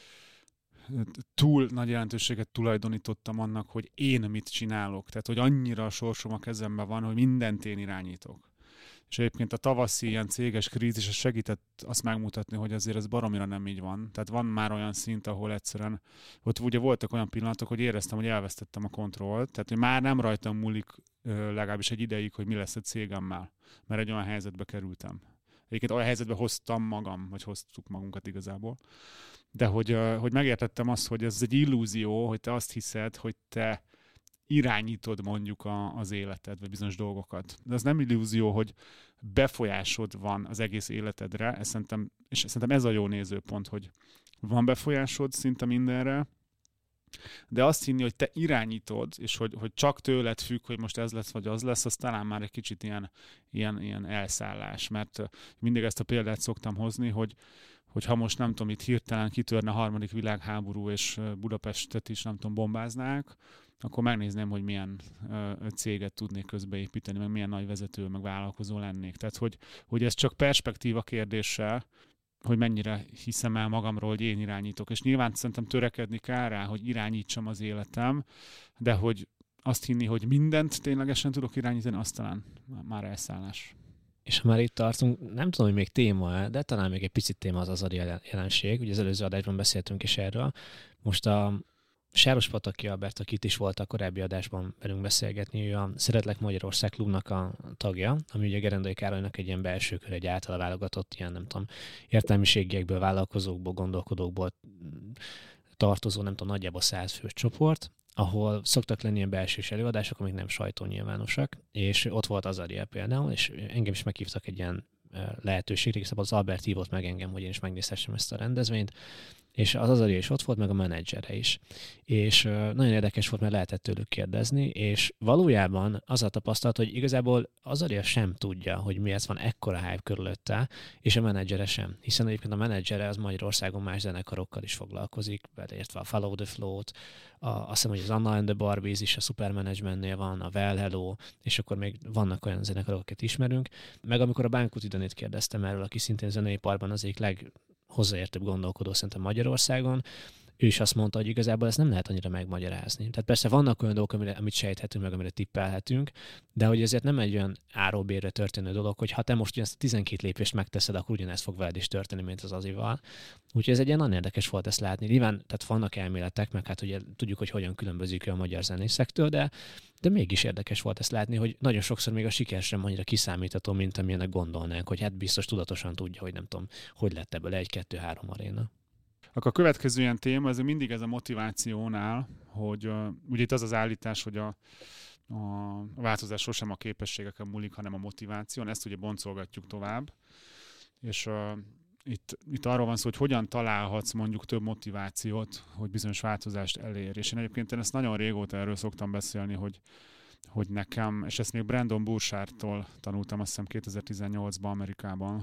túl nagy jelentőséget tulajdonítottam annak, hogy én mit csinálok. Tehát, hogy annyira a sorsom a kezemben van, hogy mindent én irányítok. És egyébként a tavaszi ilyen céges krízis segített azt megmutatni, hogy azért ez baromira nem így van. Tehát van már olyan szint, ahol egyszerűen, ott ugye voltak olyan pillanatok, hogy éreztem, hogy elvesztettem a kontrollt, tehát hogy már nem rajtam múlik legalábbis egy ideig, hogy mi lesz a cégemmel, mert egy olyan helyzetbe kerültem. Egyébként olyan helyzetbe hoztam magam, vagy hoztuk magunkat igazából. De hogy megértettem azt, hogy ez egy illúzió, hogy te azt hiszed, hogy te irányítod mondjuk az életed, vagy bizonyos dolgokat. De ez nem illúzió, hogy befolyásod van az egész életedre, és szerintem ez a jó nézőpont, hogy van befolyásod szinte mindenre, de azt hinni, hogy te irányítod, és hogy csak tőled függ, hogy most ez lesz, vagy az lesz, az talán már egy kicsit ilyen elszállás, mert mindig ezt a példát szoktam hozni, hogy ha most nem tudom, itt hirtelen kitörne a 3. világháború, és Budapestet is nem tudom, bombáznák, akkor megnézném, hogy milyen céget tudnék közbeépíteni, meg milyen nagy vezető, meg vállalkozó lennék. Tehát, hogy ez csak perspektíva kérdése, hogy mennyire hiszem el magamról, hogy én irányítok. És nyilván szerintem törekedni kell rá, hogy irányítsam az életem, de hogy azt hinni, hogy mindent ténylegesen tudok irányítani, az talán már elszállás. És ha már itt tartunk, nem tudom, hogy még téma, de talán még egy picit téma az Azari jelenség. Ugye az előző adásban beszéltünk is erről. Most a Sárospataki Albert, aki itt is volt a korábbi adásban velünk beszélgetni, ő a Szeretlek Magyarország klubnak a tagja, ami ugye Gerendai Károlynak egy ilyen belső kör, egy általa válogatott ilyen, nem tudom, értelmiségiekből, vállalkozókból, gondolkodókból tartozó, nem tudom, nagyjából 100 fős csoport, ahol szoktak lenni ilyen belsős előadások, amik nem sajtónyilvánosak, és ott volt Azariel például, és engem is meghívtak egy ilyen lehetőségre, igazából az Albert hívott meg engem, hogy én is megnézhessem ezt a rendezvényt, és az Azariel is ott volt, meg a menedzsere is. És nagyon érdekes volt, mert lehetett tőlük kérdezni, és valójában az a tapasztalat, hogy igazából Azariel sem tudja, hogy miért van ekkora hype körülötte, és a menedzsere sem. Hiszen egyébként a menedzsere az Magyarországon más zenekarokkal is foglalkozik, beleértve a Follow the Flow-t, azt hiszem, hogy az Anna and the Barbies is a Supermanagementnél van, a Well Hello, és akkor még vannak olyan zenekarok, akiket ismerünk. Meg amikor a Bánkuti Danit kérdeztem erről, aki szintén zeneiparban az egyik hozzáértőbb gondolkodó szerintem Magyarországon, ő is azt mondta, hogy igazából ezt nem lehet annyira megmagyarázni. Tehát persze vannak olyan dolgok, amit sejthetünk meg, amire tippelhetünk, de hogy ezért nem egy olyan áróbérre történő dolog, hogy ha te most ezt a 12 lépést megteszed, akkor ugyanezt fog veled is történni, mint az Azival. Úgyhogy ez egy ilyen nagyon érdekes volt ezt látni. Nyilván, tehát vannak elméletek, meg hát ugye tudjuk, hogy hogyan különbözik a magyar zenészektől, de mégis érdekes volt ezt látni, hogy nagyon sokszor még a siker sem annyira kiszámítható, mint amilyenek gondolnánk, hogy hát biztos tudatosan tudja, hogy nem tudom, hogy lett ebből 1-2-3 aréna. Akkor a következő ilyen téma, ez mindig ez a motivációnál, hogy ugye itt az az állítás, hogy a változás sosem a képességeken múlik, hanem a motiváción. Ezt ugye boncolgatjuk tovább. És itt arról van szó, hogy hogyan találhatsz mondjuk több motivációt, hogy bizonyos változást elér. És én egyébként ezt nagyon régóta erről szoktam beszélni, hogy nekem, és ezt még Brandon Burchardtól tanultam, azt hiszem 2018-ban Amerikában,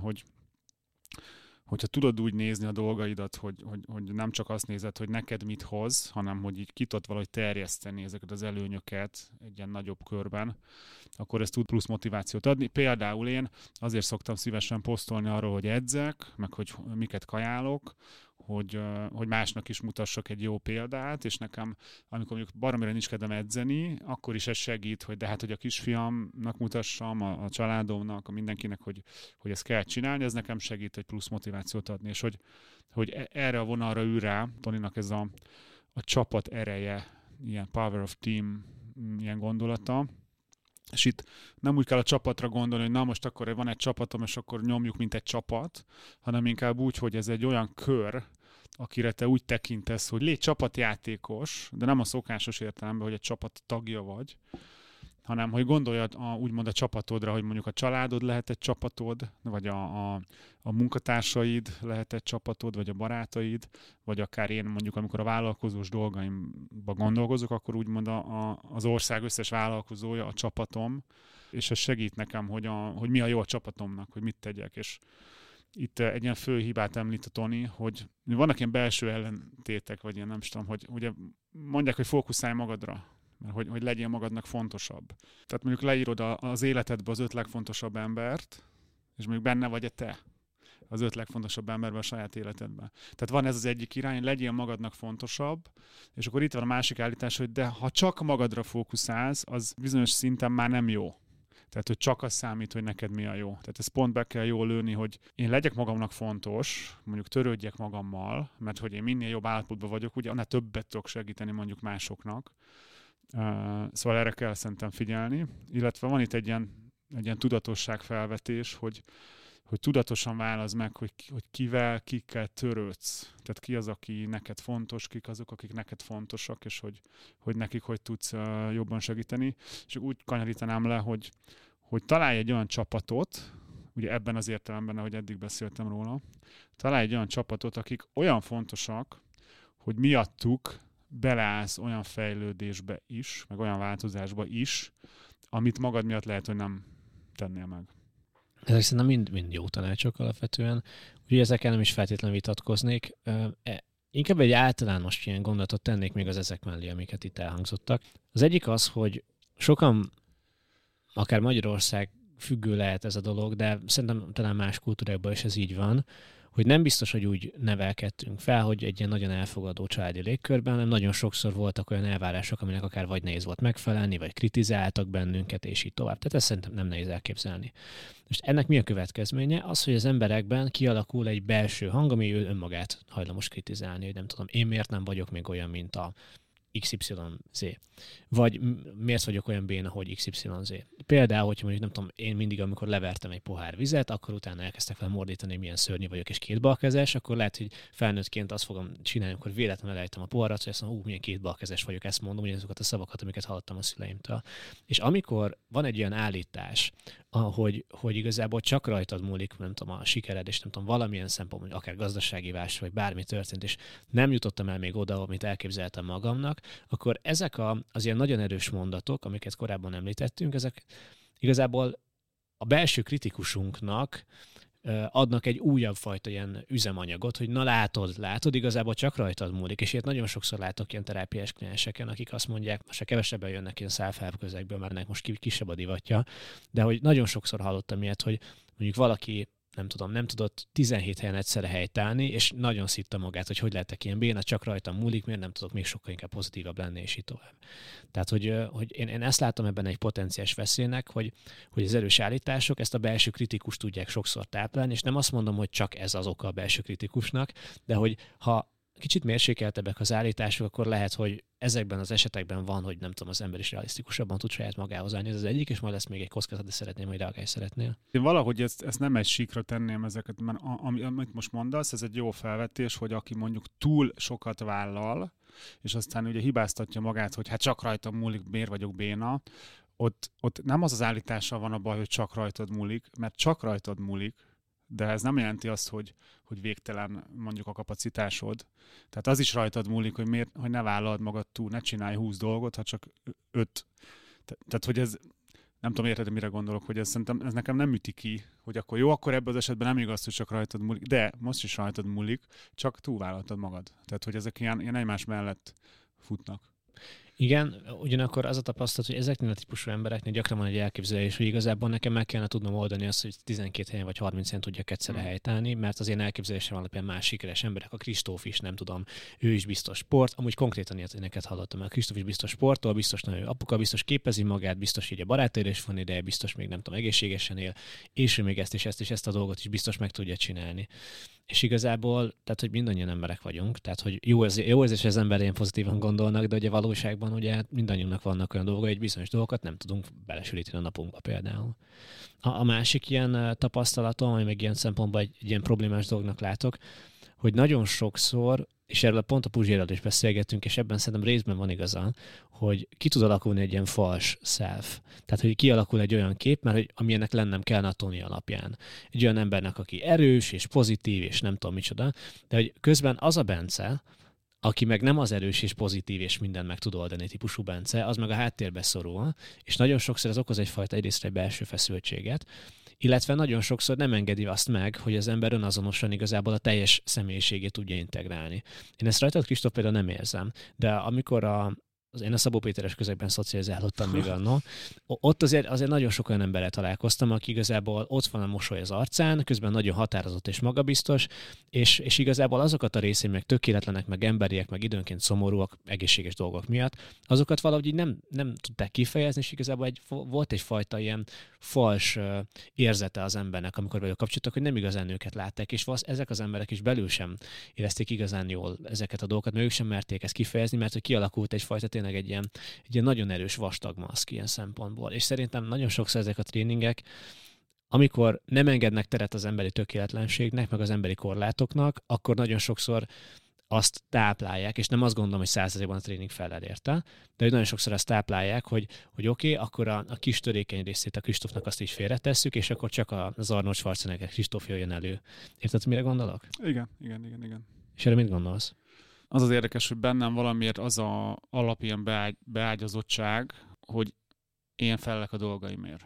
hogyha tudod úgy nézni a dolgaidat, hogy nem csak azt nézed, hogy neked mit hoz, hanem hogy így ki tudod valahogy terjeszteni ezeket az előnyöket egy ilyen nagyobb körben, akkor ez tud plusz motivációt adni. Például én azért szoktam szívesen posztolni arról, hogy edzek, meg hogy miket kajálok, hogy másnak is mutassak egy jó példát, és nekem, amikor mondjuk baromira nincs kedvem edzeni, akkor is ez segít, hogy de hát, hogy a kisfiamnak mutassam, a családomnak, a mindenkinek, hogy ezt kell csinálni, ez nekem segít egy plusz motivációt adni, és hogy erre a vonalra ül rá Toninak ez a csapat ereje, ilyen power of team, ilyen gondolata. És itt nem úgy kell a csapatra gondolni, hogy na most akkor van egy csapatom, és akkor nyomjuk, mint egy csapat, hanem inkább úgy, hogy ez egy olyan kör, akire te úgy tekintesz, hogy légy csapatjátékos, de nem a szokásos értelemben, hogy egy csapat tagja vagy, hanem hogy gondoljad úgymond a csapatodra, hogy mondjuk a családod lehet egy csapatod, vagy a munkatársaid lehet egy csapatod, vagy a barátaid, vagy akár én mondjuk, amikor a vállalkozós dolgaimba gondolkozok, akkor úgymond az ország összes vállalkozója a csapatom, és ez segít nekem, hogy mi a jó a csapatomnak, hogy mit tegyek, és itt egy ilyen fő hibát említ a Toni, hogy vannak ilyen belső ellentétek, vagy ilyen nem tudom, hogy ugye mondják, hogy fókuszálj magadra, mert hogy legyél magadnak fontosabb. Tehát mondjuk leírod az életedbe az 5 legfontosabb embert, és mondjuk benne vagy te az 5 legfontosabb emberben a saját életedben. Tehát van ez az egyik irány, legyél magadnak fontosabb, és akkor itt van a másik állítás, hogy de ha csak magadra fókuszálsz, az bizonyos szinten már nem jó. Tehát, hogy csak az számít, hogy neked mi a jó. Tehát ezt pont be kell jól lőni, hogy én legyek magamnak fontos, mondjuk törődjek magammal, mert hogy én minél jobb állapotban vagyok, ugye annál többet tudok segíteni mondjuk másoknak. Szóval erre kell szerintem figyelni. Illetve van itt egy ilyen tudatosságfelvetés, hogy tudatosan válaszd meg, hogy kikkel törődsz. Tehát ki az, aki neked fontos, kik azok, akik neked fontosak, és hogy nekik hogy tudsz jobban segíteni. És úgy kanyarítanám le, hogy találj egy olyan csapatot, ugye ebben az értelemben, ahogy eddig beszéltem róla, találj egy olyan csapatot, akik olyan fontosak, hogy miattuk beleállsz olyan fejlődésbe is, meg olyan változásba is, amit magad miatt lehet, hogy nem tennél meg. Ezek szerintem mind jó tanácsok alapvetően. Ugye ezekkel nem is feltétlenül vitatkoznék. Inkább egy általános ilyen gondolatot tennék még az ezek mellé, amiket itt elhangzottak. Az egyik az, hogy sokan, akár Magyarország függő lehet ez a dolog, de szerintem talán más kultúrákban is ez így van, hogy nem biztos, hogy úgy nevelkedtünk fel, hogy egy ilyen nagyon elfogadó családi légkörben, hanem nagyon sokszor voltak olyan elvárások, aminek akár vagy nehéz volt megfelelni, vagy kritizáltak bennünket, és így tovább. Tehát ezt szerintem nem nehéz elképzelni. Most ennek mi a következménye? Az, hogy az emberekben kialakul egy belső hang, ami önmagát hajlamos kritizálni, hogy nem tudom, én miért nem vagyok még olyan, mint a XYZ. Vagy miért vagyok olyan béna, hogy XYZ. Például, hogyha mondjuk nem tudom, én mindig, amikor levertem egy pohár vizet, akkor utána elkezdtek fel mordítani, hogy milyen szörnyű vagyok és kétbalkezes, akkor lehet, hogy felnőttként azt fogom csinálni, amikor véletlenül elejtem a poharat, hogy azt mondom, milyen kétbalkezes vagyok, ezt mondom, hogy azokat a szavakat, amiket hallottam a szüleimtől. És amikor van egy olyan állítás, hogy igazából csak rajtad múlik, nem tudom, a sikered, és nem tudom, valamilyen szempontból, akár gazdasági válság, vagy bármi történt, és nem jutottam el még oda, amit elképzeltem magamnak, akkor ezek az ilyen nagyon erős mondatok, amiket korábban említettünk, ezek igazából a belső kritikusunknak adnak egy újabb fajta ilyen üzemanyagot, hogy na látod, igazából csak rajtad múlik. És ilyet nagyon sokszor látok ilyen terápiás klienseken, akik azt mondják, most kevesebben jönnek ilyen self-help közegből, mert ennek most kisebb a divatja, de hogy nagyon sokszor hallottam ilyet, hogy mondjuk valaki nem tudott 17 helyen egyszerre helytállni, és nagyon szitta magát, hogy lehetek ilyen béna, csak rajtam múlik, miért nem tudok még sokkal inkább pozitívabb lenni, és így tovább. Tehát, hogy én ezt látom ebben egy potenciális veszélynek, hogy az erős állítások ezt a belső kritikust tudják sokszor táplálni, és nem azt mondom, hogy csak ez az oka a belső kritikusnak, de hogy ha kicsit mérsékeltebbek az állítások, akkor lehet, hogy ezekben az esetekben van, hogy nem tudom, az ember is realisztikusabban tud saját magához állni. Ez az egyik, és majd lesz még egy kockázat, de szeretném, hogy reagálni szeretnél. Én valahogy ezt nem egy síkra tenném ezeket, mert amit most mondasz, ez egy jó felvetés, hogy aki mondjuk túl sokat vállal, és aztán ugye hibáztatja magát, hogy hát csak rajtam múlik, miért vagyok béna, ott nem az állítással van a baj, hogy csak rajtad múlik, mert csak rajtad múlik, de ez nem jelenti azt, hogy végtelen mondjuk a kapacitásod. Tehát az is rajtad múlik, hogy ne vállald magad túl, ne csinálj 20 dolgot, ha csak 5. Tehát, hogy ez, nem tudom, érted, mire gondolok, hogy szerintem ez nekem nem üti ki, hogy akkor jó, akkor ebben az esetben nem igaz, hogy csak rajtad múlik, de most is rajtad múlik, csak túlvállaltad magad. Tehát, hogy ezek ilyen egymás mellett futnak. Igen, ugyanakkor az a tapasztalat, hogy ezeknél a típusú embereknél gyakran van egy elképzelés, hogy igazából nekem meg kellene tudnom oldani azt, hogy 12 helyen vagy 30 helyen tudjak egyszerre helytállni, mert az én elképzelésem alapján más sikeres emberek, a Kristóf is, nem tudom, ő is biztos sport, amúgy konkrétan ilyet neked hallottam, a Kristóf is biztos sportol, biztos nagyon apuka, biztos képezi magát, biztos így a barátért is van ideje, biztos még nem tudom, egészségesen él, és ő még ezt a dolgot is biztos meg tudja csinálni. És igazából, tehát, hogy mindannyian emberek vagyunk, tehát, hogy jó érzés, az ember ilyen pozitívan gondolnak, de ugye valóságban ugye mindannyiunknak vannak olyan dolgok, hogy bizonyos dolgokat nem tudunk belesülíteni a napunkba például. A másik ilyen tapasztalatom, ami meg ilyen szempontból egy ilyen problémás dolognak látok, hogy nagyon sokszor, és erről pont a Puzsérral is beszélgettünk, és ebben szerintem részben van igaza, hogy ki tud alakulni egy ilyen false self. Tehát, hogy kialakul egy olyan kép, mert hogy amilyennek lennem kell a Tony alapján. Egy olyan embernek, aki erős és pozitív, és nem tudom micsoda, de hogy közben az a Bence, aki meg nem az erős és pozitív és mindent meg tud oldani típusú Bence, az meg a háttérbe szorul, és nagyon sokszor ez okoz egyfajta egyrészt egy belső feszültséget, illetve nagyon sokszor nem engedi azt meg, hogy az ember önazonosan igazából a teljes személyiségét tudja integrálni. Én ezt rajtad, Kristóf, például nem érzem, de amikor én a Szabó Péteres közegben szocializálódtam még anno. Ott azért nagyon sok olyan emberrel találkoztam, aki igazából ott van a mosoly az arcán, közben nagyon határozott és magabiztos, és igazából azokat a részei meg tökéletlenek, meg emberiek, meg időnként szomorúak, egészséges dolgok miatt, azokat valahogy így nem tudták kifejezni, és igazából volt egyfajta ilyen fals érzete az embernek, amikor velük kapcsoltak, hogy nem igazán őket látták, és ezek az emberek is belül sem érezték igazán jól ezeket a dolgokat, mert ők sem merték ezt kifejezni, mert hogy kialakult egyfajta tényleg egy ilyen nagyon erős vastag maszk ilyen szempontból. És szerintem nagyon sokszor ezek a tréningek, amikor nem engednek teret az emberi tökéletlenségnek, meg az emberi korlátoknak, akkor nagyon sokszor azt táplálják, és nem azt gondolom, hogy 100%-ban a tréning felel érte, de hogy nagyon sokszor azt táplálják, hogy oké, akkor a kis törékeny részét a Kristófnak azt is félretesszük, és akkor csak az Arnold Schwarzenegger Kristóf jöjjön elő. Érted, mire gondolok? Igen. És erre mit gondolsz? Az az érdekes, hogy bennem valamiért az a alapján beágyazottság, hogy én felelek a dolgaimért.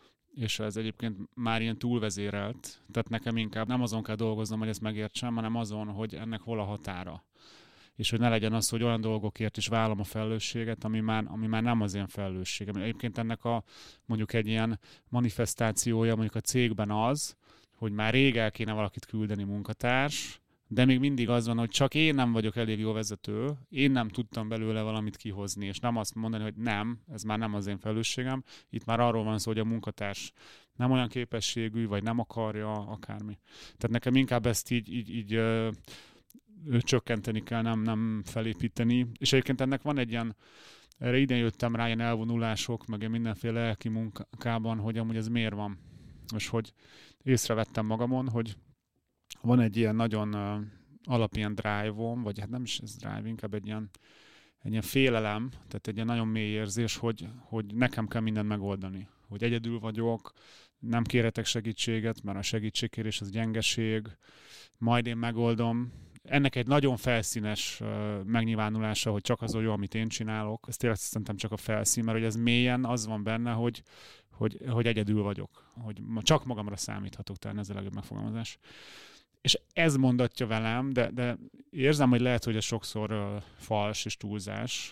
És ez egyébként már ilyen túlvezérelt, tehát nekem inkább nem azon kell dolgoznom, hogy ezt megértsem, hanem azon, hogy ennek hol a határa. És hogy ne legyen az, hogy olyan dolgokért is vállalom a felelősséget, ami már nem az én felelősségem. Egyébként ennek mondjuk egy ilyen manifestációja mondjuk a cégben az, hogy már rég el kéne valakit küldeni munkatárs, de még mindig az van, hogy csak én nem vagyok elég jó vezető, én nem tudtam belőle valamit kihozni, és nem azt mondani, hogy nem, ez már nem az én felelősségem. Itt már arról van szó, hogy a munkatárs nem olyan képességű, vagy nem akarja, akármi. Tehát nekem inkább ezt így csökkenteni kell, nem felépíteni. És egyébként ennek van egy ilyen, erre idén jöttem rá ilyen elvonulások, meg mindenféle lelki munkában, hogy amúgy ez miért van. És hogy észrevettem magamon, hogy van egy ilyen nagyon alapján drive-om, vagy hát nem is ez drive, inkább egy ilyen félelem, tehát egy ilyen nagyon mély érzés, hogy nekem kell mindent megoldani. Hogy egyedül vagyok, nem kérhetek segítséget, mert a segítségkérés az gyengeség, majd én megoldom. Ennek egy nagyon felszínes megnyilvánulása, hogy csak az olyan, amit én csinálok. Ez tényleg szerintem csak a felszín, mert hogy ez mélyen az van benne, hogy egyedül vagyok. Hogy csak magamra számíthatok, talán ez a legjobb megfogalmazás. És ez mondatja velem, de érzem, hogy lehet, hogy ez sokszor fals és túlzás,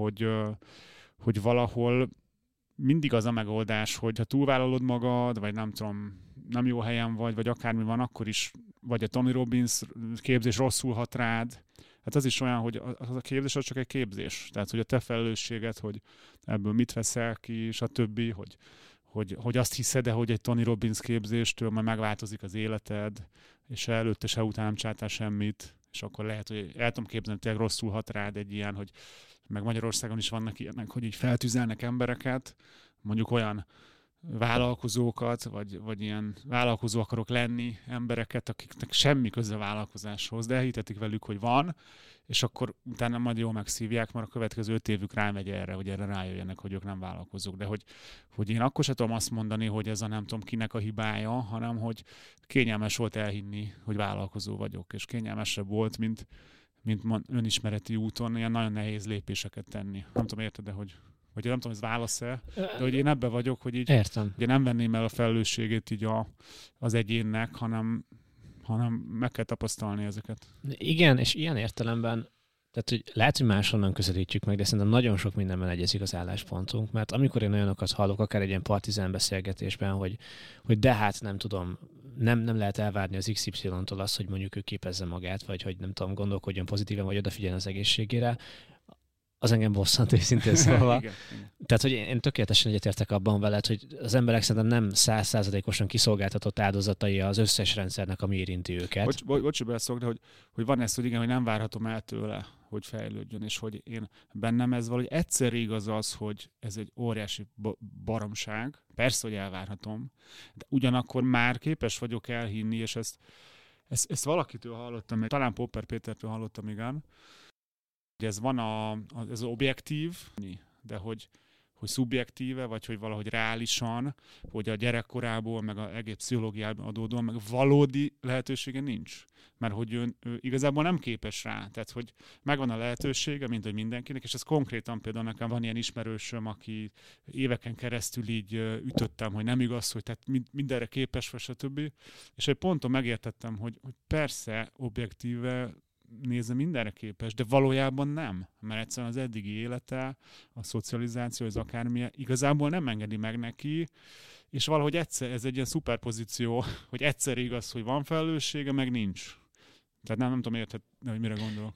hogy valahol mindig az a megoldás, hogy ha túlvállalod magad, vagy nem tudom, nem jó helyen vagy akármi van, akkor is, vagy a Tony Robbins képzés rosszul hat rád. Hát az is olyan, hogy az a képzés az csak egy képzés. Tehát, hogy a te felelősséged, hogy ebből mit veszel ki, stb., hogy azt hiszed, hogy egy Tony Robbins képzéstől majd megváltozik az életed, és előtte se után nem csináltál semmit, és akkor lehet, hogy el tudom képzelni, tényleg rosszul hat rád egy ilyen, hogy meg Magyarországon is vannak ilyenek, hogy így feltüzelnek embereket, mondjuk olyan vállalkozókat, vagy ilyen vállalkozó akarok lenni embereket, akiknek semmi köze a vállalkozáshoz, de elhitetik velük, hogy van, és akkor utána majd jól megszívják, mert a következő 5 évük rámegy erre, hogy erre rájöjjenek, hogy ők nem vállalkozók. De hogy én akkor sem tudom azt mondani, hogy ez a nem tudom kinek a hibája, hanem hogy kényelmes volt elhinni, hogy vállalkozó vagyok, és kényelmesebb volt, mint önismereti úton ilyen nagyon nehéz lépéseket tenni. Nem tudom, érted, de hogy vagy nem tudom, ez válasz-e, de hogy én ebben vagyok, hogy így ugye nem venném el a felelősségét így az egyénnek, hanem meg kell tapasztalni ezeket. Igen, és ilyen értelemben, tehát hogy lehet, hogy máshonnan közelítjük meg, de szerintem nagyon sok mindenben egyezik az álláspontunk, mert amikor én olyanokat hallok, akár egy ilyen partizán beszélgetésben, hogy de hát nem tudom, nem lehet elvárni az XY-tól azt, hogy mondjuk ő képezze magát, vagy hogy nem tudom, gondolkodjon pozitívan, vagy odafigyeljen az egészségére, az engem bosszant őszintén szólva. Igen. Tehát, hogy én tökéletesen egyetértek abban veled, hogy az emberek szerintem nem 100%-osan kiszolgáltatott áldozatai az összes rendszernek, ami érinti őket. Bocs, beleszólok, de hogy van ez, hogy igen, hogy nem várhatom el tőle, hogy fejlődjön, és hogy én bennem ez valahogy egyszer igaz az, hogy ez egy óriási baromság. Persze, hogy elvárhatom, de ugyanakkor már képes vagyok elhinni, és ezt valakitől hallottam, talán Popper Pétertől hallottam, igen, hogy ez van ez objektív, de hogy szubjektíve, vagy hogy valahogy reálisan, hogy a gyerekkorából, meg az egész pszichológiában adódóan, meg valódi lehetősége nincs. Mert hogy ő igazából nem képes rá. Tehát, hogy megvan a lehetősége, mint hogy mindenkinek, és ez konkrétan például nekem van ilyen ismerősöm, aki éveken keresztül így ütöttem, hogy nem igaz, hogy tehát mindenre képes, vagy stb. És egy ponton megértettem, hogy persze objektíve nézze mindenre képes, de valójában nem. Mert egyszerűen az eddigi élete, a szocializáció, az akármilyen, igazából nem engedi meg neki, és valahogy egyszer, ez egy ilyen szuperpozíció, hogy egyszer igaz, hogy van felelőssége, meg nincs. Tehát nem tudom, érted, hogy mire gondolok.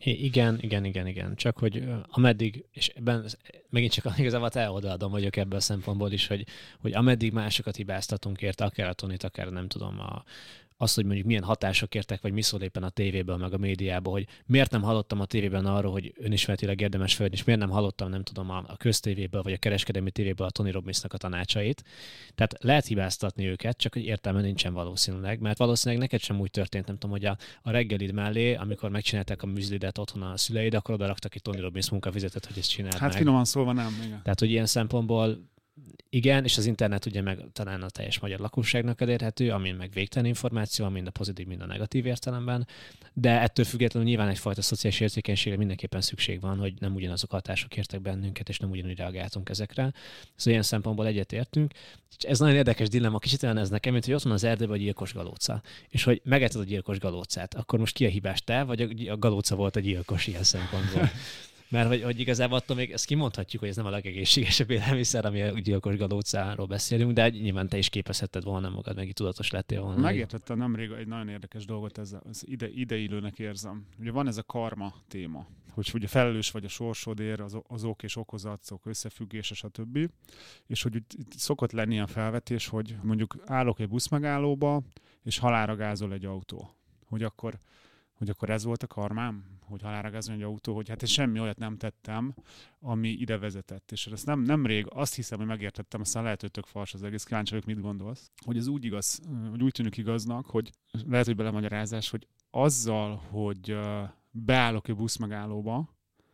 Igen. Csak hogy ameddig, és ebben megint csak igazából odaadom vagyok ebből a szempontból is, hogy ameddig másokat hibáztatunk érte, akár a Tonit, akár nem tudom, azt, hogy mondjuk milyen hatások értek, vagy mi szól éppen a tévéből, meg a médiából, hogy miért nem hallottam a tévében arról, hogy önismeretileg érdemes fejlődni, és miért nem hallottam, nem tudom, a köztévéből, vagy a kereskedelmi tévéből a Tony Robbinsnak a tanácsait. Tehát lehet hibáztatni őket, csak hogy értelme nincsen valószínűleg, mert valószínűleg neked sem úgy történt, nem tudom, hogy a reggelid mellé, amikor megcsinálták a műzlidet otthon a szüleid, akkor oda raktak egy Tony Robbins munkafizetet, hogy ezt csináld meg. Hát finoman szólva nem, igen. Tehát, hogy ilyen szempontból igen, és az internet ugye meg talán a teljes magyar lakosságnak elérhető, amin meg végtelen információ, mind a pozitív, mind a negatív értelemben, de ettől függetlenül nyilván egyfajta szociális érzékenységre mindenképpen szükség van, hogy nem ugyanazok a hatások értek bennünket, és nem ugyanúgy reagáltunk ezekre. Szóval ilyen szempontból egyetértünk. Ez nagyon érdekes dilemma, kicsit olyan ez nekem, mint hogy ott van az erdőben a gyilkos galóca, és hogy megetted a gyilkos galócát, akkor most ki a hibás, te, vagy a galóca volt a gyilkos ilyen szempontból? Mert hogy igazából attól még ezt kimondhatjuk, hogy ez nem a legegészségesebb élelmiszer, ami a gyilkos galócáról beszélünk, de nyilván te is képezhetted volna magad, meg tudatos lettél volna. Megértettem nemrég egy nagyon érdekes dolgot, ez ideillőnek érzem. Ugye van ez a karma téma, hogy ugye felelős vagy a sorsodért, az ok és okozatszok összefüggése, stb. És hogy itt szokott lenni ilyen felvetés, hogy mondjuk állok egy buszmegállóba, és halálra gázol egy autó. Hogy akkor ez volt a karmám? Hogy halálra gázol egy autó, hogy hát én semmi olyat nem tettem, ami ide vezetett. És ezt nemrég azt hiszem, hogy megértettem, aztán lehet, hogy tök fals az egész, kíváncsi vagyok, mit gondolsz. Hogy ez úgy igaz, hogy úgy tűnik igaznak, hogy lehet, hogy belemagyarázás, hogy azzal, hogy beállok egy buszmegállóba,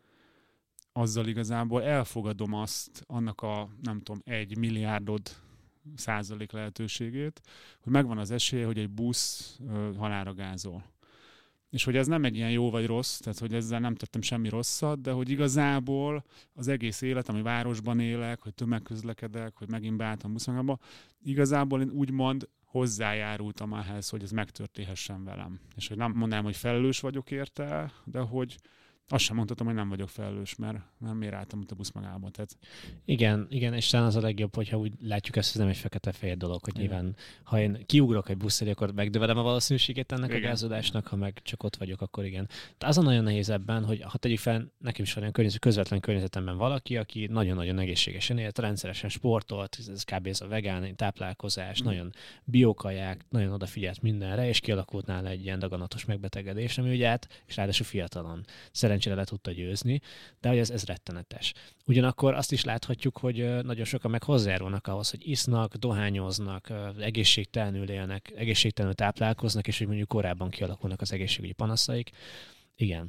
azzal igazából elfogadom annak a, nem tudom, 1 milliárdod százalék lehetőségét, hogy megvan az esélye, hogy egy busz halálra gázol. És hogy ez nem egy ilyen jó vagy rossz, tehát hogy ezzel nem tettem semmi rosszat, de hogy igazából az egész élet, ami városban élek, hogy tömegközlekedek, hogy megint beálltam buszmegállóba, igazából én úgymond hozzájárultam ahhoz, hogy ez megtörténhessen velem. És hogy nem mondanám, hogy felelős vagyok érte, de hogy azt sem mondhatom, hogy nem vagyok felelős, mert miért álltam ott a buszmegállóba. Tehát... Igen, és talán az a legjobb, hogyha úgy látjuk ezt, ez nem egy fekete-fehér dolog, hogy nyilván, ha én kiugrok egy busz elé, akkor megdövelem a valószínűségét ennek a gázolásnak, ha meg csak ott vagyok, akkor igen. De az a nagyon nehéz ebben, hogy ha tegyük fel, nekem is van olyan közvetlen környezetemben valaki, aki nagyon-nagyon egészségesen élt, rendszeresen sportolt, ez kb. Ez a vegán táplálkozás, nagyon biokaják, nagyon odafigyelt mindenre, és kialakult nála egy ilyen daganatos megbetegedés, ami ugye és ráadásul fiatalon szerencsére le tudta győzni, de hogy ez rettenetes. Ugyanakkor azt is láthatjuk, hogy nagyon sokan meg hozzájárulnak ahhoz, hogy isznak, dohányoznak, egészségtelenül élnek, egészségtelenül táplálkoznak, és hogy mondjuk korábban kialakulnak az egészségügyi panaszaik. Igen.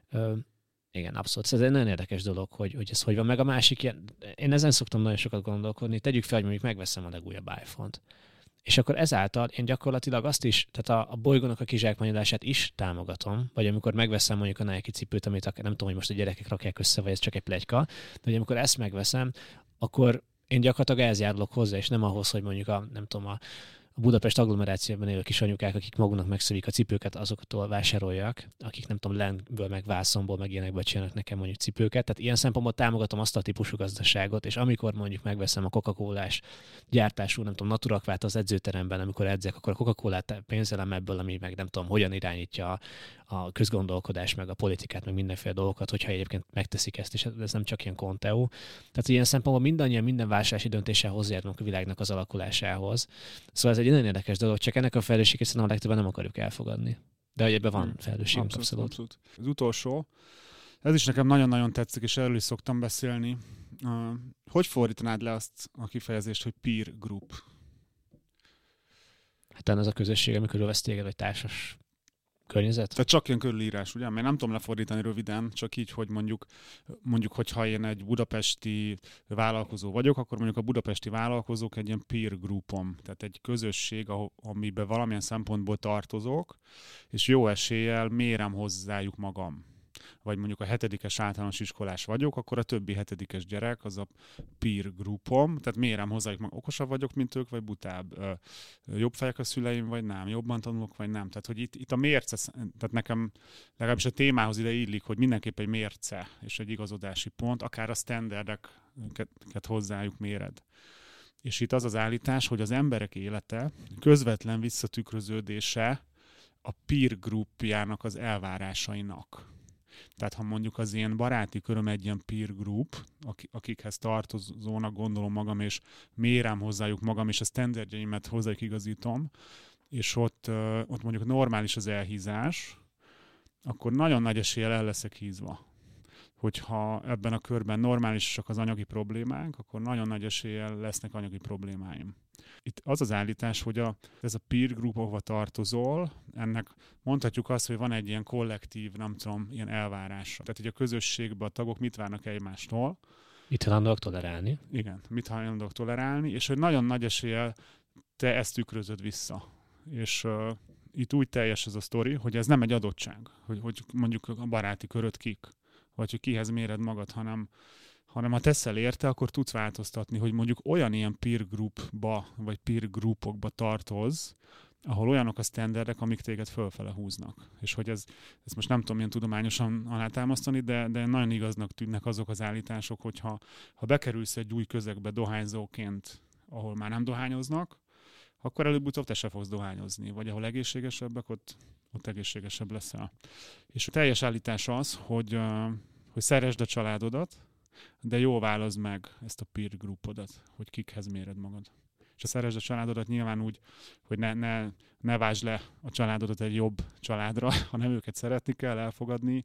Igen, abszolút. Ez egy nagyon érdekes dolog, hogy ez hogy van. Meg a másik, én ezen szoktam nagyon sokat gondolkodni. Tegyük fel, hogy mondjuk megveszem a legújabb iPhone-t. És akkor ezáltal én gyakorlatilag azt is, tehát a bolygónak a kizsákmányolását is támogatom, vagy amikor megveszem mondjuk a Nike cipőt, amit nem tudom, hogy most a gyerekek rakják össze, vagy ez csak egy pletyka, de hogy amikor ezt megveszem, akkor én gyakorlatilag ehhez járulok hozzá, és nem ahhoz, hogy mondjuk a Budapest agglomerációban élő kis anyukák, akik maguknak megszövik a cipőket, azoktól vásároljak, akik nem tudom, Lendből, meg Vászonból, meg ilyenekből csinálnak nekem mondjuk cipőket. Tehát ilyen szempontból támogatom azt a típusú gazdaságot, és amikor mondjuk megveszem a Coca-Colás gyártású, nem tudom, Naturakvát az edzőteremben, amikor edzek, akkor a Coca-Colát pénzelem ebből, ami meg nem tudom, hogyan irányítja a közgondolkodás, meg a politikát, meg mindenféle dolgokat, hogyha egyébként megteszik ezt, és ez nem csak ilyen konteó. Tehát ilyen szempontból mindannyian minden vásárlási döntéssel hozzájárulunk a világnak az alakulásához. Szóval ez egy nagyon érdekes dolog, csak ennek a felelősséget szerintem a legtöbben nem akarjuk elfogadni. De hogy ebben van felelősségünk abszolút. Az utolsó, ez is nekem nagyon-nagyon tetszik, és erről is szoktam beszélni. Hogy fordítanád le azt a kifejezést, hogy peer group? Hát ez a közösség, amikor vesz téged, vagy társas környezet? Tehát csak ilyen körülírás, ugye? Mert nem tudom lefordítani röviden, csak így, hogy mondjuk, hogyha én egy budapesti vállalkozó vagyok, akkor mondjuk a budapesti vállalkozók egy ilyen peer groupom, tehát egy közösség, amiben valamilyen szempontból tartozok, és jó eséllyel mérem hozzájuk magam. Vagy mondjuk a 7. általános iskolás vagyok, akkor a többi 7. gyerek az a peer groupom, tehát mérem hozzájuk, meg okosabb vagyok, mint ők, vagy butább. Jobb fejek a szüleim, vagy nem, jobban tanulok, vagy nem. Tehát, hogy itt a mérce, tehát nekem legalábbis a témához ide illik, hogy mindenképp egy mérce és egy igazodási pont, akár a standardeket hozzájuk méred. És itt az az állítás, hogy az emberek élete közvetlen visszatükröződése a peer groupjának az elvárásainak. Tehát ha mondjuk az ilyen baráti köröm egy ilyen peer group, akikhez tartozónak gondolom magam, és mérem hozzájuk magam, és a standardjaimet hozzájuk igazítom, és ott mondjuk normális az elhízás, akkor nagyon nagy eséllyel el leszek hízva. Hogyha ebben a körben normálisak az anyagi problémák, akkor nagyon nagy eséllyel lesznek anyagi problémáim. Itt az az állítás, hogy ez a peer group, ahova tartozol, ennek mondhatjuk azt, hogy van egy ilyen kollektív, nem tudom, ilyen elvárása. Tehát, hogy a közösségben a tagok mit várnak egymástól. Mit hajlandóak tolerálni. Igen, mit hajlandóak tolerálni, és hogy nagyon nagy eséllyel te ezt tükrözöd vissza. És itt úgy teljes ez a sztori, hogy ez nem egy adottság, hogy mondjuk a baráti köröd kik, vagy hogy kihez méred magad, hanem ha teszel érte, akkor tudsz változtatni, hogy mondjuk olyan ilyen peer groupba, vagy peer groupokba tartoz, ahol olyanok a sztenderdek, amik téged fölfele húznak. És hogy ezt most nem tudom ilyen tudományosan alátámasztani, de nagyon igaznak tűnnek azok az állítások, hogyha bekerülsz egy új közegbe dohányzóként, ahol már nem dohányoznak, akkor előbb-utóbb te se fogsz dohányozni. Vagy ahol egészségesebbek, ott egészségesebb leszel. És a teljes állítás az, hogy szeresd a családodat, de jól válaszd meg ezt a peer groupodat, hogy kikhez méred magad. És a szeresd a családodat nyilván úgy, hogy ne vásd le a családodat egy jobb családra, hanem őket szeretni kell, elfogadni,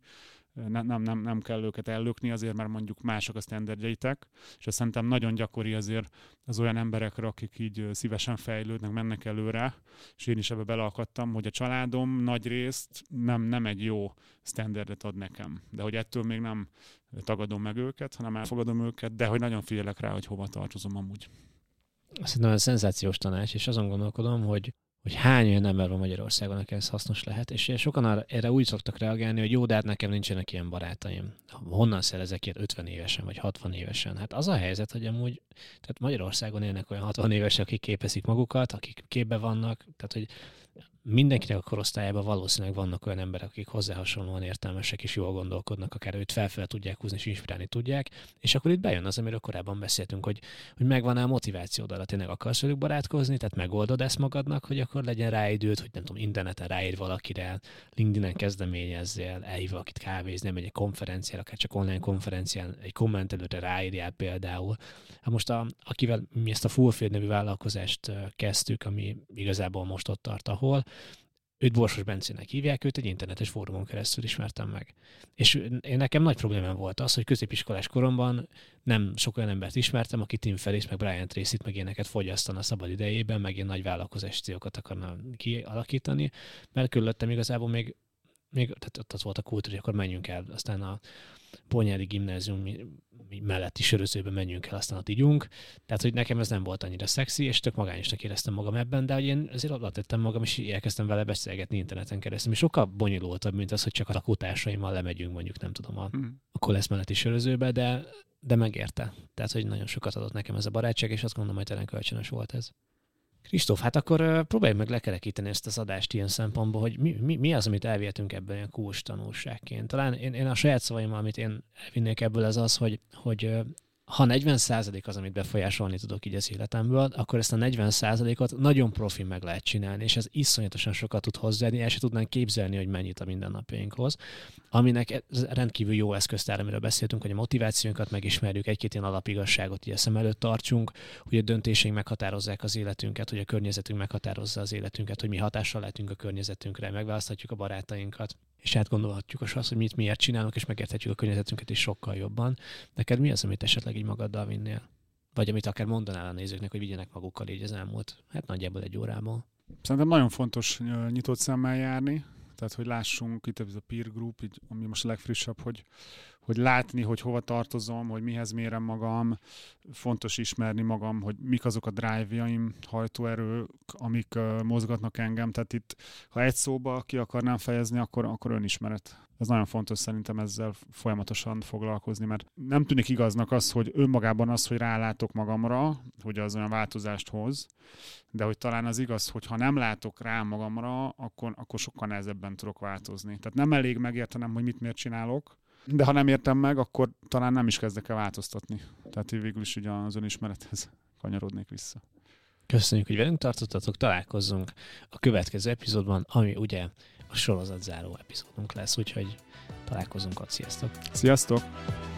nem kell őket ellökni azért, mert mondjuk mások a sztenderdjeitek, és azt szerintem nagyon gyakori azért az olyan emberekre, akik így szívesen fejlődnek, mennek előre, és én is ebbe beleakadtam, hogy a családom nagy részt nem egy jó sztenderdet ad nekem, de hogy ettől még nem tagadom meg őket, hanem elfogadom őket, de hogy nagyon figyelek rá, hogy hova tartozom amúgy. Szerintem ez szenzációs tanács, és azon gondolkodom, hogy hány olyan ember van Magyarországon, aki ez hasznos lehet, és sokan erre úgy szoktak reagálni, hogy jó, de hát nekem nincsenek ilyen barátaim. Honnan szerezek ilyet 50 évesen, vagy 60 évesen? Hát az a helyzet, hogy amúgy tehát Magyarországon élnek olyan 60 évesek, akik képezik magukat, akik képbe vannak, tehát hogy mindenkinek a korosztályában valószínűleg vannak olyan emberek, akik hozzá hasonlóan értelmesek és jól gondolkodnak, akár őt felfele tudják húzni és inspirálni tudják, és akkor itt bejön az, amiről korábban beszéltünk, hogy megvan-e a motivációd arra, tényleg akarsz velük barátkozni, tehát megoldod ezt magadnak, hogy akkor legyen rá időd, hogy nem tudom, interneten ráír valakire, LinkedIn-en kezdeményezzél, elhív valakit kávézni, nem egy konferenciára, akár csak online konferencián, egy kommentelőre ráírjál például. Hát most akivel mi ezt a Fullfield nevű vállalkozást kezdtük, ami igazából most ott tart, ahol őt Borsos Bencének hívják, őt egy internetes fórumon keresztül ismertem meg. És én nekem nagy problémám volt az, hogy középiskolás koromban nem sok olyan embert ismertem, aki Tim Ferriss, meg Brian Tracy-t, meg ilyeneket fogyasztana a szabad idejében, meg ilyen nagy vállalkozási célokat akarna kialakítani, mert körülöttem igazából még tehát ott az volt a kultúra, hogy akkor menjünk el, aztán a Ponyári gimnázium melletti sörözőbe menjünk el, aztán ott ígyunk. Tehát, hogy nekem ez nem volt annyira szexi, és tök magányosnak éreztem magam ebben, de hogy én azért oda tettem magam, és elkezdtem vele beszélgetni interneten keresztül. És sokkal bonyolultabb, mint az, hogy csak a lakótársaimmal lemegyünk mondjuk, nem tudom, a Kolesz melletti sörözőbe, de megérte. Tehát, hogy nagyon sokat adott nekem ez a barátság, és azt gondolom, hogy talán kölcsönös volt ez. Kristóf, hát akkor próbáljuk meg lekerekíteni ezt az adást ilyen szempontból, hogy mi az, amit elvihetünk ebből ilyen kulcs tanulságként. Talán én a saját szavaimmal, amit én elvinnék ebből, az, hogy ha 40% az, amit befolyásolni tudok így az életemből, akkor ezt a 40%-ot nagyon profi meg lehet csinálni, és ez iszonyatosan sokat tud hozzáadni, el se tudnánk képzelni, hogy mennyit a mindennapjainkhoz. Aminek rendkívül jó eszköztár, amiről beszéltünk, hogy a motivációnkat megismerjük, egy-két ilyen alapigazságot így szem előtt tartsunk, hogy a döntéseink meghatározzák az életünket, hogy a környezetünk meghatározza az életünket, hogy mi hatással lehetünk a környezetünkre, megválaszthatjuk a barátainkat, és átgondolhatjuk azt, hogy mit miért csinálunk, és megérthetjük a környezetünket is sokkal jobban. Neked mi az, amit esetleg így magaddal vinnél? Vagy amit akár mondanál a nézőknek, hogy vigyenek magukkal így az elmúlt, hát nagyjából egy órából? Szerintem nagyon fontos nyitott szemmel járni, tehát hogy lássunk, itt ez a peer group, így, ami most a legfrissebb, hogy látni, hogy hova tartozom, hogy mihez mérem magam, fontos ismerni magam, hogy mik azok a drive-jaim, hajtóerők, amik mozgatnak engem. Tehát itt, ha egy szóba ki akarnám fejezni, akkor önismeret. Ez nagyon fontos szerintem ezzel folyamatosan foglalkozni, mert nem tűnik igaznak az, hogy önmagában az, hogy rálátok magamra, hogy az olyan változást hoz, de hogy talán az igaz, hogy ha nem látok rá magamra, akkor sokkal nehezebben tudok változni. Tehát nem elég megértenem, hogy miért csinálok, de ha nem értem meg, akkor talán nem is kezdek el változtatni. Tehát így végül is ugye az önismerethez kanyarodnék vissza. Köszönjük, hogy velünk tartottatok, találkozzunk a következő epizódban, ami ugye a sorozatzáró epizódunk lesz, úgyhogy találkozunk ott. Sziasztok! Sziasztok!